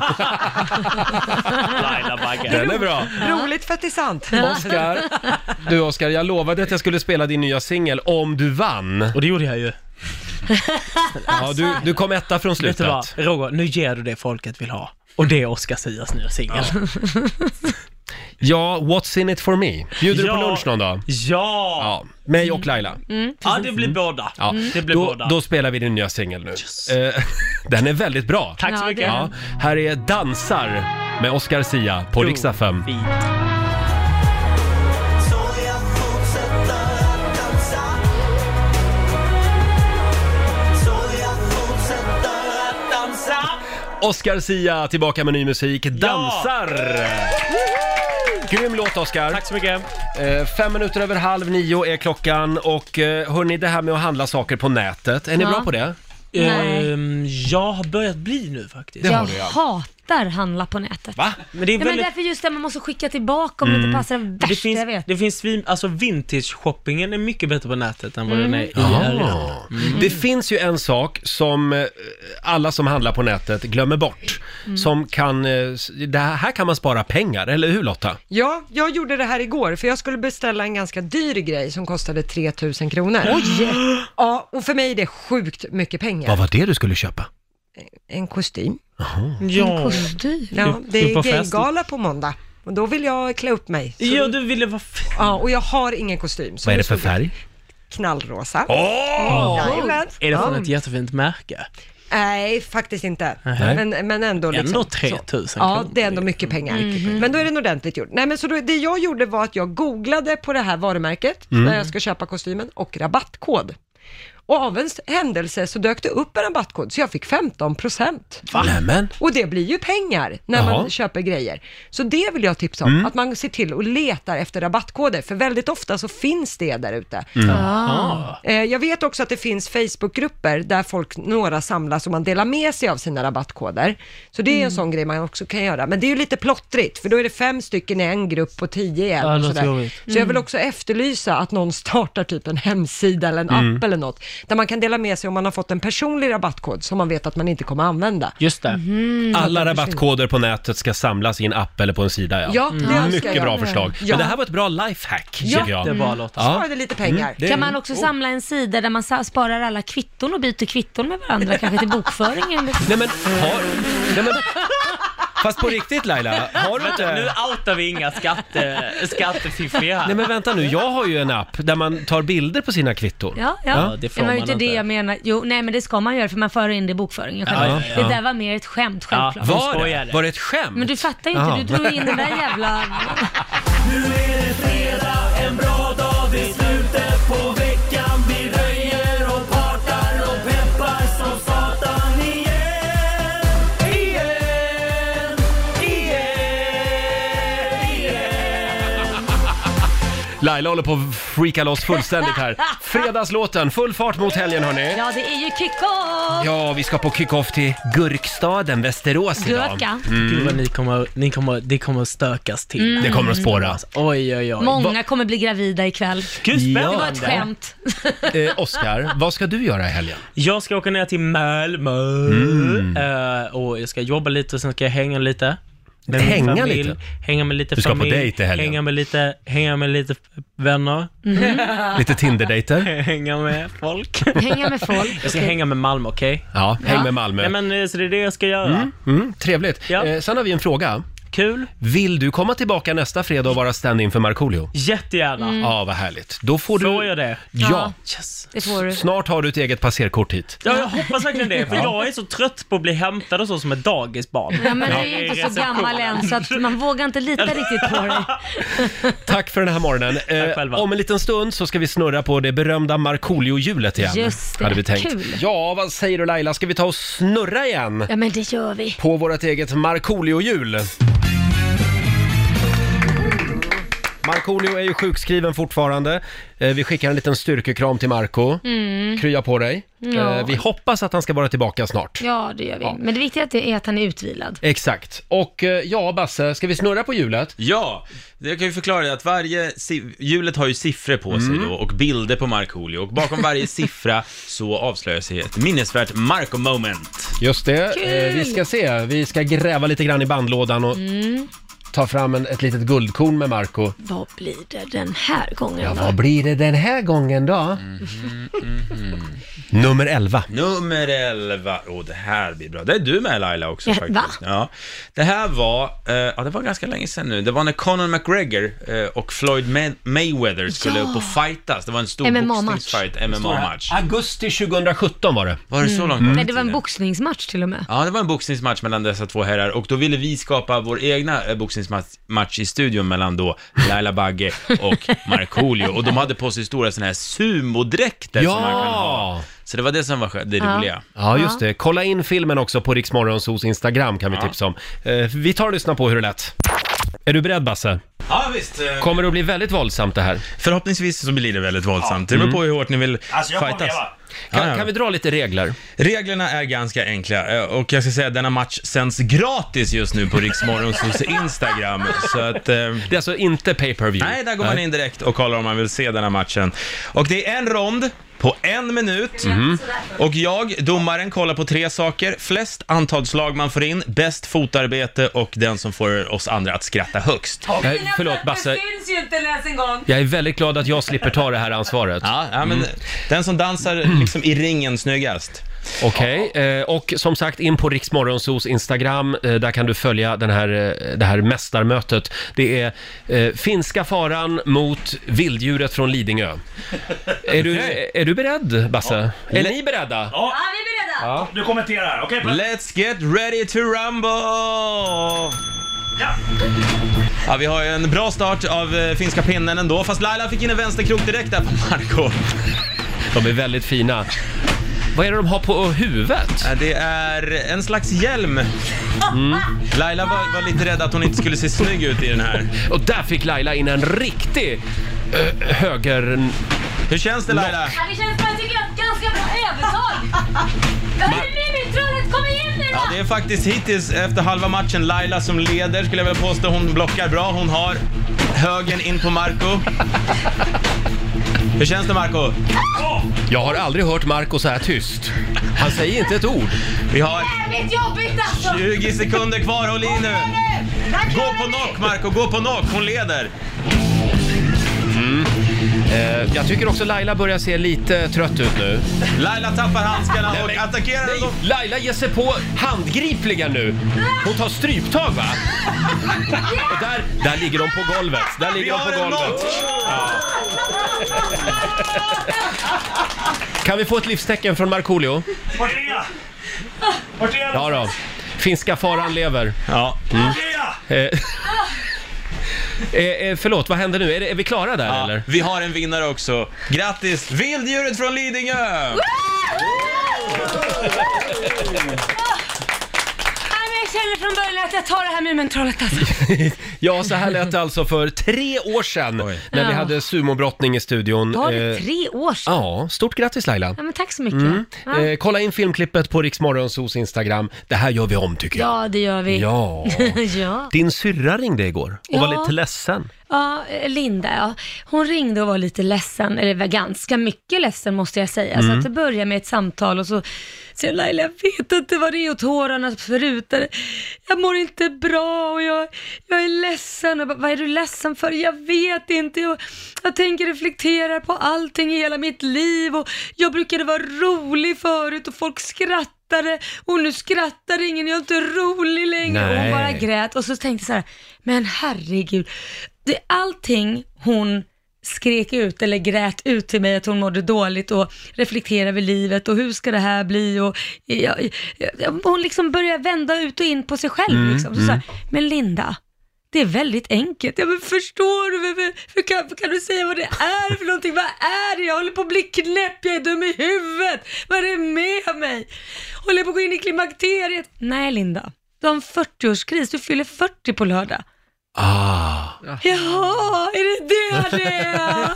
Laila Bagge. Den är bra. Roligt för att det är sant. Oscar, du Oscar, jag lovade att jag skulle spela din nya singel om du vann. Och det gjorde jag ju. Ja, du, du kom etta från Vet du slutet. vad, Roger, nu ger du det folket vill ha. Och det är Oscar Sias nya singel. Ja, what's in it for me? Bjuder Ja. du på lunch någon dag? Ja! Ja, mig och Laila. Mm, Ja, det blir båda. Ja. Det blir Då, båda. då spelar vi din nya singel nu. Eh, den är väldigt bra. Tack så Ja, mycket. det är Ja, här är Dansar med Oscar Sia på Jo, Rix F M. fint. Oscar Sia tillbaka med ny musik. Dansar! Grym låt, Oscar. Tack så mycket. Eh, fem minuter över halv nio är klockan och eh, hörni, det här med att handla saker på nätet. Är ni Ja. bra på det? Nej. Ehm, jag har börjat bli nu faktiskt. Det har Jag du, ja. hatar handla på nätet. Va? Men det är Ja, men väldigt... därför just det, man måste skicka tillbaka om det inte passar. Det värsta Det finns, jag vet. det finns svin, alltså vintage-shoppingen är mycket bättre på nätet än vad den är i Ja. R. Det finns ju en sak som eh, alla som handlar på nätet glömmer bort. Som kan, eh, s- det här här kan man spara pengar, eller hur Lotta? Ja, jag gjorde det här igår, för jag skulle beställa en ganska dyr grej som kostade tre tusen kronor. Oj! Ja, och för mig är det sjukt mycket pengar. Vad var det du skulle köpa? En kostym. En Ja. kostym. Ja, Du- det du på är fest? gaygala på måndag. Och då vill jag klä upp mig. Så Ja, då- du ville vara f- ja, och jag har ingen kostym. Så Vad är då det för stod färg? Knallrosa. Åh! Jajamän. Är det från Ja. ett jättefint märke? Nej, faktiskt inte. Nej. Men, men ändå liksom. Ändå tre så. tusen Ja, kronor. det är ändå mycket pengar. Men då är den ordentligt gjord. Nej, men så då, det jag gjorde var att jag googlade på det här varumärket när jag ska köpa kostymen och rabattkod. Och av en händelse så dök det upp en rabattkod så jag fick femton procent. Nämen. Och det blir ju pengar när Jaha. man köper grejer. Så det vill jag tipsa om, att man ser till och letar efter rabattkoder, för väldigt ofta så finns det där ute. Ah. Eh, Jag vet också att det finns Facebookgrupper där folk, några samlas och man delar med sig av sina rabattkoder. Så det är en sån grej man också kan göra. Men det är ju lite plottrigt, för då är det fem stycken i en grupp och tio i en. Ja, det och låter sådär. jobbigt. Så jag vill också efterlysa att någon startar typ en hemsida eller en app eller något, där man kan dela med sig om man har fått en personlig rabattkod som man vet att man inte kommer använda. Just det. Alla rabattkoder på nätet ska samlas i en app eller på en sida, ja. Ja, det önskar Mycket jag. bra förslag. Ja. Men det här var ett bra lifehack, Ja. tycker jag. Jättebra Lotta. Ja. Sparade lite pengar. Det- Kan man också samla en sida där man sa- sparar alla kvitton och byter kvitton med varandra, kanske till bokföringen? Eller? Nej men, har... Nej, men... Fast på riktigt Laila, har du Vänta, nu inte... outar vi inga skatte, skattefiffiga här. Nej men vänta nu, jag har ju en app där man tar bilder på sina kvitton. Ja, ja. Ja, det det får var ju man inte det inte. jag menar. Jo, nej men det ska man göra för man för in det i bokföringen själv. Ja, ja, ja. Det där var mer ett skämt, självklart. Ja. Var skojade. det? Var det ett skämt? Men du fattar ju inte, Ja. du drog in den där jävla... Nu är det fredag, en bra dag, det är slutet på veckan. Vi röjer och partar och peppar som satan igen. Igen, igen, igen. Laila håller på att freaka loss fullständigt här. Fredagslåten, full fart mot helgen hörni. Ja, det är ju kick-off! Ja, vi ska på kick-off till Gurkstaden, Västerås idag. Gurka. Gud vad ni kommer, ni kommer, det kommer att stökas till. Det kommer att spåra. Oj, oj, oj. Många kommer bli gravida ikväll. Gud, Ja. Det var ett spännande. skämt. Eh, Oscar, vad ska du göra i helgen? Jag ska åka ner till Malmö Mm. eh, och jag ska jobba lite och sen ska jag hänga lite. Med min Hänga familj. lite? Hänga med lite Du ska på familj. dejt i helgen. Hänga med lite, hänga med lite vänner. Lite Tinder-dejter? Hänga med folk. Hänga med folk. Jag ska Okej. hänga med Malmö, okej? Ja, häng Ja. med Malmö. Nej men eh, så det är det jag ska göra. Mm, trevligt. Ja. Eh, sen har vi en fråga. Kul. Vill du komma tillbaka nästa fredag och vara stand-in för Markoolio? Jättegärna. Ja, vad härligt. Då får du... Får jag det? Ja. Yes. Det får du. Snart har du ett eget passerkort hit. Ja, jag hoppas verkligen det. För jag är så trött på att bli hämtad och så som ett dagisbarn. Ja, men du är I ju inte så receptionen. gammal än så att man vågar inte lita riktigt på dig. Tack för den här morgonen. Eh, själva. om en liten stund så ska vi snurra på det berömda Markoolio-hjulet igen. Just det, hade vi tänkt. kul. Ja, vad säger du Laila? Ska vi ta och snurra igen Ja, men det gör vi. på vårt eget Markoolio-hjul? Markoolio är ju sjukskriven fortfarande. Eh, Vi skickar en liten styrkekram till Marco. Mm. Krya på dig. Ja. Eh, Vi hoppas att han ska vara tillbaka snart. Ja, det gör vi. Ja. Men det viktiga är att han är utvilad. Exakt. Och eh, ja, Basse, ska vi snurra på hjulet? Ja, jag kan ju förklara det att varje si- hjulet har ju siffror på sig då och bilder på Markoolio och bakom varje siffra så avslöjar sig ett minnesvärt Marco-moment. Just det. Kul! Eh, vi ska se. Vi ska gräva lite grann i bandlådan och tar fram en, ett litet guldkorn med Marco. Vad blir det den här gången? Ja, då? vad blir det den här gången då? Mm, mm, mm. Nummer elva. Nummer elva. Åh, oh, det här blir bra. Det är du med, Laila, också faktiskt. Va? Ja. Det här var, eh, ja, det var ganska länge sedan nu. Det var när Conor McGregor eh, och Floyd May- Mayweather skulle Ja. upp och fightas. Det var en stor M M A-match. boxningsfight, M M A-match. Augusti tjugosjutton var det. Var det så långt? Mm. Nej, det var en boxningsmatch till och med. Ja, det var en boxningsmatch mellan dessa två herrar och då ville vi skapa vår egna eh, boxningsmatch match i studion mellan då Laila Bagge och Markoolio, och de hade på sig stora såna här sumodräkter Ja! som man kan ha. Så det var det som var det Ja. roliga. Ja, just det. Kolla in filmen också på Rix Morgonzos Instagram kan vi Ja. tipsa om. Eh, vi tar och lyssnar på hur det lät. Är du beredd, Basse? Ja, visst. eh, Kommer det att bli väldigt våldsamt det här? Förhoppningsvis så blir det väldigt våldsamt. Det beror på hur hårt ni vill Alltså jag kommer fightas. leva. Kan, Ja, ja. kan vi dra lite regler? Reglerna är ganska enkla eh, och jag ska säga att denna match sänds gratis just nu på Rix Morgonzos Instagram. Så att, eh, Det är alltså inte pay-per-view? nej, där går man in direkt och kollar om man vill se denna matchen. Och det är en rond på en minut. Mhm. Och jag, domaren, kollar på tre saker. Flest antal slag man får in, bäst fotarbete och den som får oss andra att skratta högst. Eh, förlåt, Basse. Det syns ju inte ens en gång. Jag är väldigt glad att jag slipper ta det här ansvaret. Ja, ja men den som dansar liksom i ringen snyggast. Okej, eh, och som sagt in på Rix Morgonzos Instagram, eh, där kan du följa den här, eh, det här mästarmötet. Det är eh, finska faran mot vilddjuret från Lidingö. Är du, är du beredd, Basse? Är ni beredda? Ja, Ja, vi är beredda. Ja. du kommenterar. Okej, okay, Let's get ready to rumble! ja. Ja, vi har ju en bra start av eh, finska pinnen ändå, fast Laila fick in en vänsterkrok direkt där på Marco. De är väldigt fina. Vad är det de har på huvudet? Ja, det är en slags hjälm. Mm. Laila var, var lite rädd att hon inte skulle se snygg ut i den här. Och där fick Laila in en riktig eh, höger... Hur känns det, Laila? Ja, det känns som jag tycker att ganska bra övertag. Är du med, trollet? Kom igen nu då! Ja, det är faktiskt hittills efter halva matchen Laila som leder, skulle jag vilja påstå. Hon blockar bra, hon har högen in på Marco. Hur känns det, Marco? Jag har aldrig hört Marco så här tyst. Han säger inte ett ord. Vi har Jävligt jobbigt alltså! tjugo sekunder kvar, håll i nu. Gå på knock, Marco, gå på knock, hon leder. Mm. Eh, jag tycker också Laila börjar se lite trött ut nu. Laila tappar handskarna Nej, och men- attackerar. Nej, Laila ger sig på handgripligen nu. Hon tar stryptag, va? Och där, där ligger de på golvet. Där ligger Vi de har på en golvet. knock. Ja. Kan vi få ett livstecken från Markoolio? Vart är jag? Vart är jag? Ja då. Finska faran lever. Ja. Mm. Vart är jag? Eh, eh, eh, förlåt, vad händer nu? Är, det, är vi klara där Ja, eller? vi har en vinnare också. Grattis, vilddjuret från Lidingö! Jag känner från början att jag tar det här Mumintrollet alltså. Ja, så här lät det alltså för tre år sedan Oj. när vi Ja. hade sumobrottning i studion. Var det Eh, tre år sedan? Ja, stort grattis Laila. Ja, men tack så mycket. Mm. Ja. Eh, kolla in filmklippet på Rix Morgonzos Instagram. Det här gör vi om tycker jag. Ja, det gör vi. Ja. Ja. Din syrra ringde igår och var Ja. lite ledsen. Ja, eh, Linda, ja. Hon ringde och var lite ledsen, eller var ganska mycket ledsen måste jag säga. Mm. Så att det började med ett samtal och så säger Laila, jag vet inte vad det är och tårarna sprutade. Jag mår inte bra och jag, jag är ledsen. Och bara, vad är du ledsen för? Jag vet inte. Jag, jag tänker reflektera på allting i hela mitt liv och jag brukade vara rolig förut och folk skrattade och nu skrattar ingen, jag är inte rolig längre. Och hon Nej. bara grät och så tänkte jag så här, men herregud, det, allting hon skrek ut eller grät ut till mig att hon mådde dåligt och reflekterade över livet och hur ska det här bli och ja, ja, hon liksom började vända ut och in på sig själv Mm, liksom. Så mm. sa jag, men Linda, det är väldigt enkelt. Ja, men förstår du? Hur, hur kan, kan du säga vad det är för någonting? Vad är det? Jag håller på att bli knäpp, jag är dum i huvudet. Vad är det med mig? Håller jag på att gå in i klimakteriet? Nej Linda, du har en fyrtioårskris, du fyller fyrtio på lördag. Ah. Ja, är det det det är?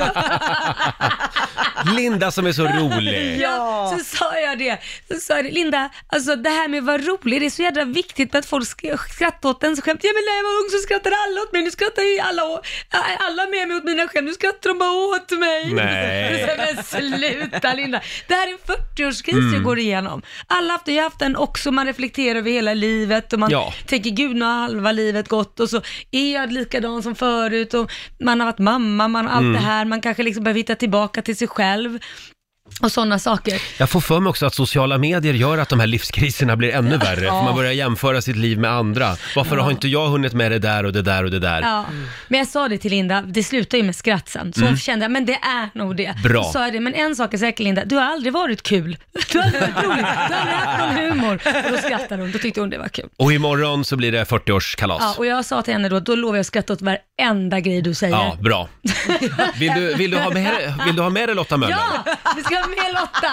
Linda som är så rolig. Ja, så sa jag det. Så sa jag det. Linda, alltså det här med att vara rolig, det är så jävla viktigt att folk skrattar åt ens skämt. Ja, men när jag var ung så skrattade alla åt mig. Nu skrattar ju alla, alla med mig åt mina skämt. Nu skrattar de bara åt mig. Nej. Men sluta Linda. Det här är en fyrtio-årskris Mm. jag går igenom. Alla har haft det, jag har haft den också. Man reflekterar över hela livet och man Ja. tänker, gud, nu har halva livet gått och så är jag likadan som förut och man har varit mamma, man har allt Mm. det här. Man kanske liksom behöver hitta tillbaka till sig själv och sådana saker. Jag får för mig också att sociala medier gör att de här livskriserna blir ännu värre. Ja. För man börjar jämföra sitt liv med andra. Varför Ja. har inte jag hunnit med det där och det där och det där? Ja. Men jag sa det till Linda, det slutar ju med skratt sen. Så Mm. hon kände, men det är nog det. Bra. Så sa jag det, men en sak är säker Linda, du har aldrig varit kul. Du har aldrig varit rolig, du har aldrig haft någon humor. Och då skrattade hon, då tyckte hon det var kul. Och imorgon så blir det fyrtio-årskalas. Ja, och jag sa till henne då, då lovar jag att skratta åt varenda grej du säger. Ja, bra. Vill du, vill du, ha, med, vill du ha med dig Lotta Möller? Ja, vi ska ha med Lotta.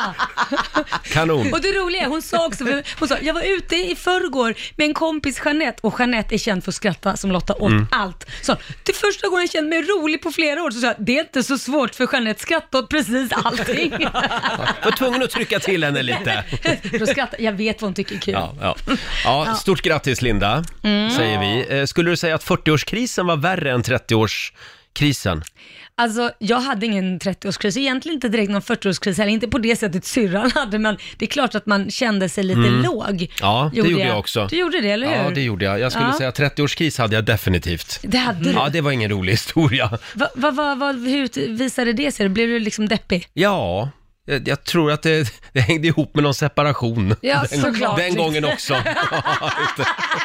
Kanon. Och det roliga är, hon sa också, hon sa, jag var ute i förrgår med en kompis Jeanette, och Jeanette är känd för att skratta som Lotta åt Mm. allt. Så till första gången jag kände mig rolig på flera år, så sa jag, det är inte så svårt för Jeanette, skratta åt precis allting. Jag var tvungen att trycka till henne lite. Då skrattar, jag vet vad hon tycker är kul. Ja, ja. Ja, stort grattis Linda, Mm. säger vi. Eh, Skulle du säga att fyrtio-årskrisen var värre än trettio-årskrisen? Alltså, jag hade ingen trettio-årskris, egentligen inte direkt någon fyrtio-årskris, eller inte på det sättet syrran hade, men det är klart att man kände sig lite Mm. låg. Ja, det gjorde jag också. Du gjorde det, eller hur? Ja, det gjorde jag. Jag skulle Ja. säga att trettio-årskris hade jag definitivt. Det hade du? Ja, det var ingen rolig historia. Va, va, va, va, hur visade det sig? Blev du liksom deppig? Ja, jag, jag tror att det, det hängde ihop med någon separation. Ja, den, såklart. den gången också. Ja, just det.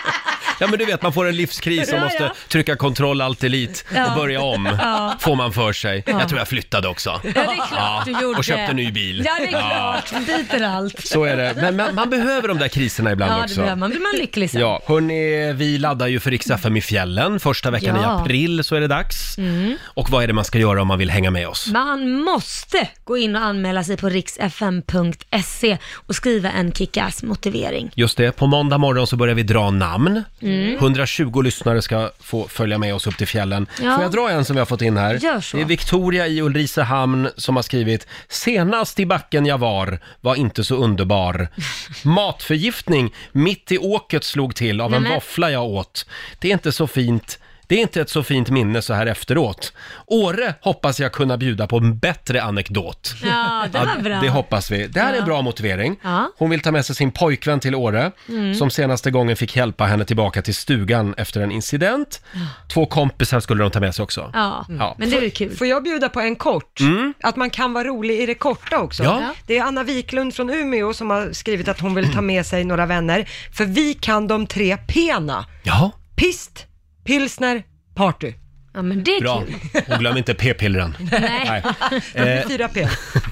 Ja, men du vet, man får en livskris och Ja, måste ja. trycka kontroll allt elit Ja. och börja om, Ja. får man för sig. Ja. Jag tror jag flyttade också. Ja, det är klart du gjorde. Och köpte en ny bil. Ja, det är klart. Dit är allt. Så är det. Men man, man behöver de där kriserna ibland Ja, det också. behöver man. Blir man lycklig sen. Ja, hörni, vi laddar ju för Rix F M i fjällen. Första veckan Ja. i april så är det dags. Mm. Och vad är det man ska göra om man vill hänga med oss? Man måste gå in och anmäla sig på riks f m punkt s e och skriva en kick-ass motivering. Just det, på måndag morgon så börjar vi dra namn. Mm. hundratjugo lyssnare ska få följa med oss upp till fjällen. Ja. Får jag dra en som vi har fått in här? Gör så. Det är Victoria i Ulricehamn som har skrivit: senast i backen jag var, var inte så underbar. Matförgiftning mitt i åket slog till av en Nej, men- våffla jag åt. Det är inte så fint. Det är inte ett så fint minne så här efteråt. Åre hoppas jag kunna bjuda på en bättre anekdot. Ja, det var bra. Det hoppas vi. Det här är en Ja. bra motivering. Ja. Hon vill ta med sig sin pojkvän till Åre, Mm. som senaste gången fick hjälpa henne tillbaka till stugan efter en incident. Två kompisar skulle de ta med sig också. Ja, Ja. men det är ju kul. Får jag bjuda på en kort? Mm. Att man kan vara rolig i det korta också. Ja. Det är Anna Wiklund från Umeå som har skrivit att hon vill ta med sig några vänner. För vi kan de tre P:na. Ja. Pist, pilsner, party. Ja, men det är Bra. kul. Och glöm inte p-pillren. Nej. Det blir Eh, fyra P.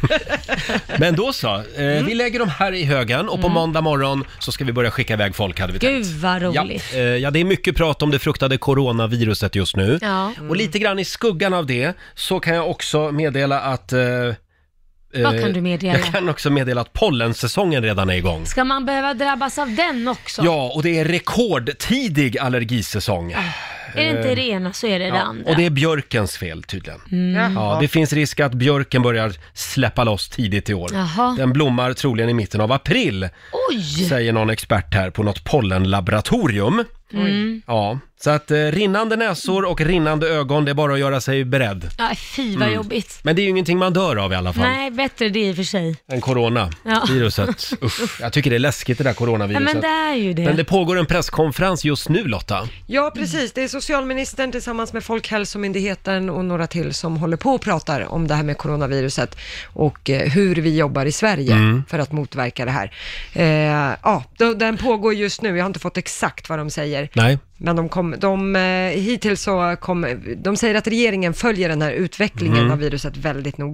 Men då så, eh, vi lägger dem här i högen och på Mm. måndag morgon så ska vi börja skicka iväg folk, hade vi Gud tänkt. vad Ja, roligt. eh, ja, det är mycket prat om det fruktade coronaviruset just nu. Ja. Och lite grann i skuggan av det så kan jag också meddela att... Eh, Vad eh, kan du meddela? Jag kan också meddela att pollensäsongen redan är igång. Ska man behöva drabbas av den också? Ja, och det är rekordtidig allergisäsong. Är det inte Eh, det ena så är det det Ja, andra. och det är björkens fel tydligen. Mm. Ja, det finns risk att björken börjar släppa loss tidigt i år. Jaha. Den blommar troligen i mitten av april, Oj! säger någon expert här på något pollenlaboratorium. Mm. Ja, så att eh, rinnande näsor och rinnande ögon, det är bara att göra sig beredd. Ja, fy vad Mm. jobbigt. Men det är ju ingenting man dör av i alla fall. Nej, bättre det i och för sig. Än coronaviruset. Usch, jag tycker det är läskigt det där Ja, coronaviruset. men det är ju det. Men det pågår en presskonferens just nu, Lotta. Ja, precis. Det är socialministern tillsammans med Folkhälsomyndigheten och några till som håller på och pratar om det här med coronaviruset och eh, hur vi jobbar i Sverige Mm. för att motverka det här. Eh, ja, då, den pågår just nu. Jag har inte fått exakt vad de säger. Nej. Men de, kom, de eh, hittills så kom, de säger att regeringen följer den här utvecklingen Mm. av viruset väldigt noga.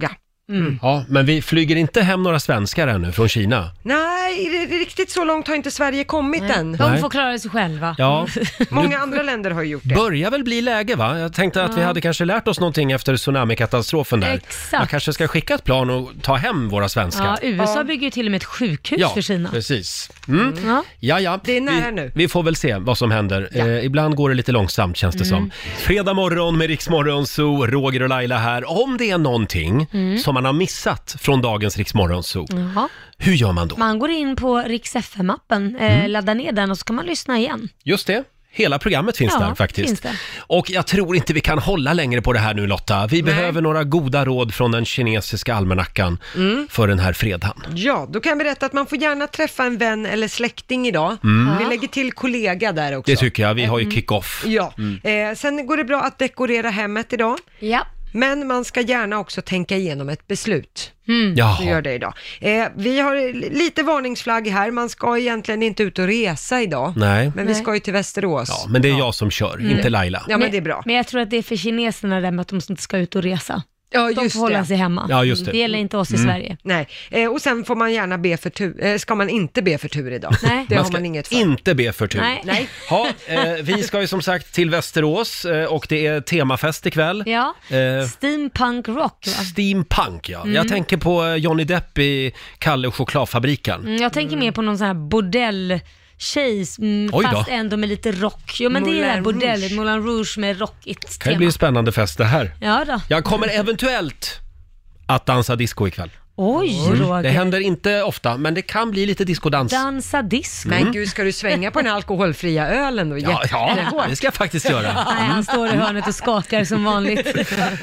Mm. Ja, men vi flyger inte hem några svenskar ännu från Kina. Nej, det- det- riktigt så långt har inte Sverige kommit än. De Nej. får klara sig själva. Ja, Många andra länder har ju gjort det. börjar väl bli läge va? Jag tänkte att vi Ja. hade kanske lärt oss någonting efter tsunamikatastrofen där. Exakt. Man kanske ska skicka ett plan och ta hem våra svenskar. Ja, U S A bygger ju till och med ett sjukhus Ja, för Kina. precis. Mm. Ja. Ja, ja. Det är nära vi, nu. Vi får väl se vad som händer. Ja. Eh, ibland går det lite långsamt känns det Mm. som. Fredag morgon med Rix Morgon Zoo, Roger och Laila här. Om det är någonting Mm. som man har missat från dagens Rix Morgon Zoo, Jaha. hur gör man då? Man går in på Rix F M-appen, Mm. eh, laddar ner den och så kan man lyssna igen. Just det. Hela programmet finns Ja, där faktiskt. finns det. Och jag tror inte vi kan hålla längre på det här nu Lotta. Vi Nej. behöver några goda råd från den kinesiska almanackan Mm. för den här fredagen. Ja, då kan jag berätta att man får gärna träffa en vän eller släkting idag. Mm. Vi lägger till kollega där också. Det tycker jag. Vi har ju kick-off. Ja, eh, sen går det bra att dekorera hemmet idag. Ja. Men man ska gärna också tänka igenom ett beslut. Mm. Jaha. Vi gör det idag. Eh, vi har lite varningsflagg här. Man ska egentligen inte ut och resa idag. Nej. Men vi Nej. ska ju till Västerås. Ja, men det är jag som kör, inte Laila. Ja, men det är bra. Men jag tror att det är för kineserna det med att de inte ska ut och resa. Ja, De just får hålla det. sig hemma. Ja, just det. Det gäller inte oss i Mm. Sverige. Nej, eh, och sen får man gärna be för tur. Eh, ska man inte be för tur idag? Nej. Det Man har ska man inget för. inte be för tur. Nej. Nej. Ja, eh, vi ska ju som sagt till Västerås eh, och det är temafest ikväll. Ja, Eh, steampunk rock va? Steampunk, ja. Mm. Jag tänker på eh, Johnny Depp i Kalle och chokladfabriken. Mm, jag tänker mer på någon sån här bordell tjej, mm, Oj då. fast ändå med lite rock. Jo men det är det här Moulin bordellet, Rouge. Moulin Rouge med rockigt Det kan tema. ju bli en spännande fest det här. Ja då. Jag kommer eventuellt att dansa disco ikväll. Oj Roger. Det händer inte ofta, men det kan bli lite discodans. Dansa disco. Men gud, ska du svänga på den alkoholfria ölen då? Ja, ja, Jättehårt. det ska jag faktiskt göra. Nej, han står i hörnet och skakar som vanligt.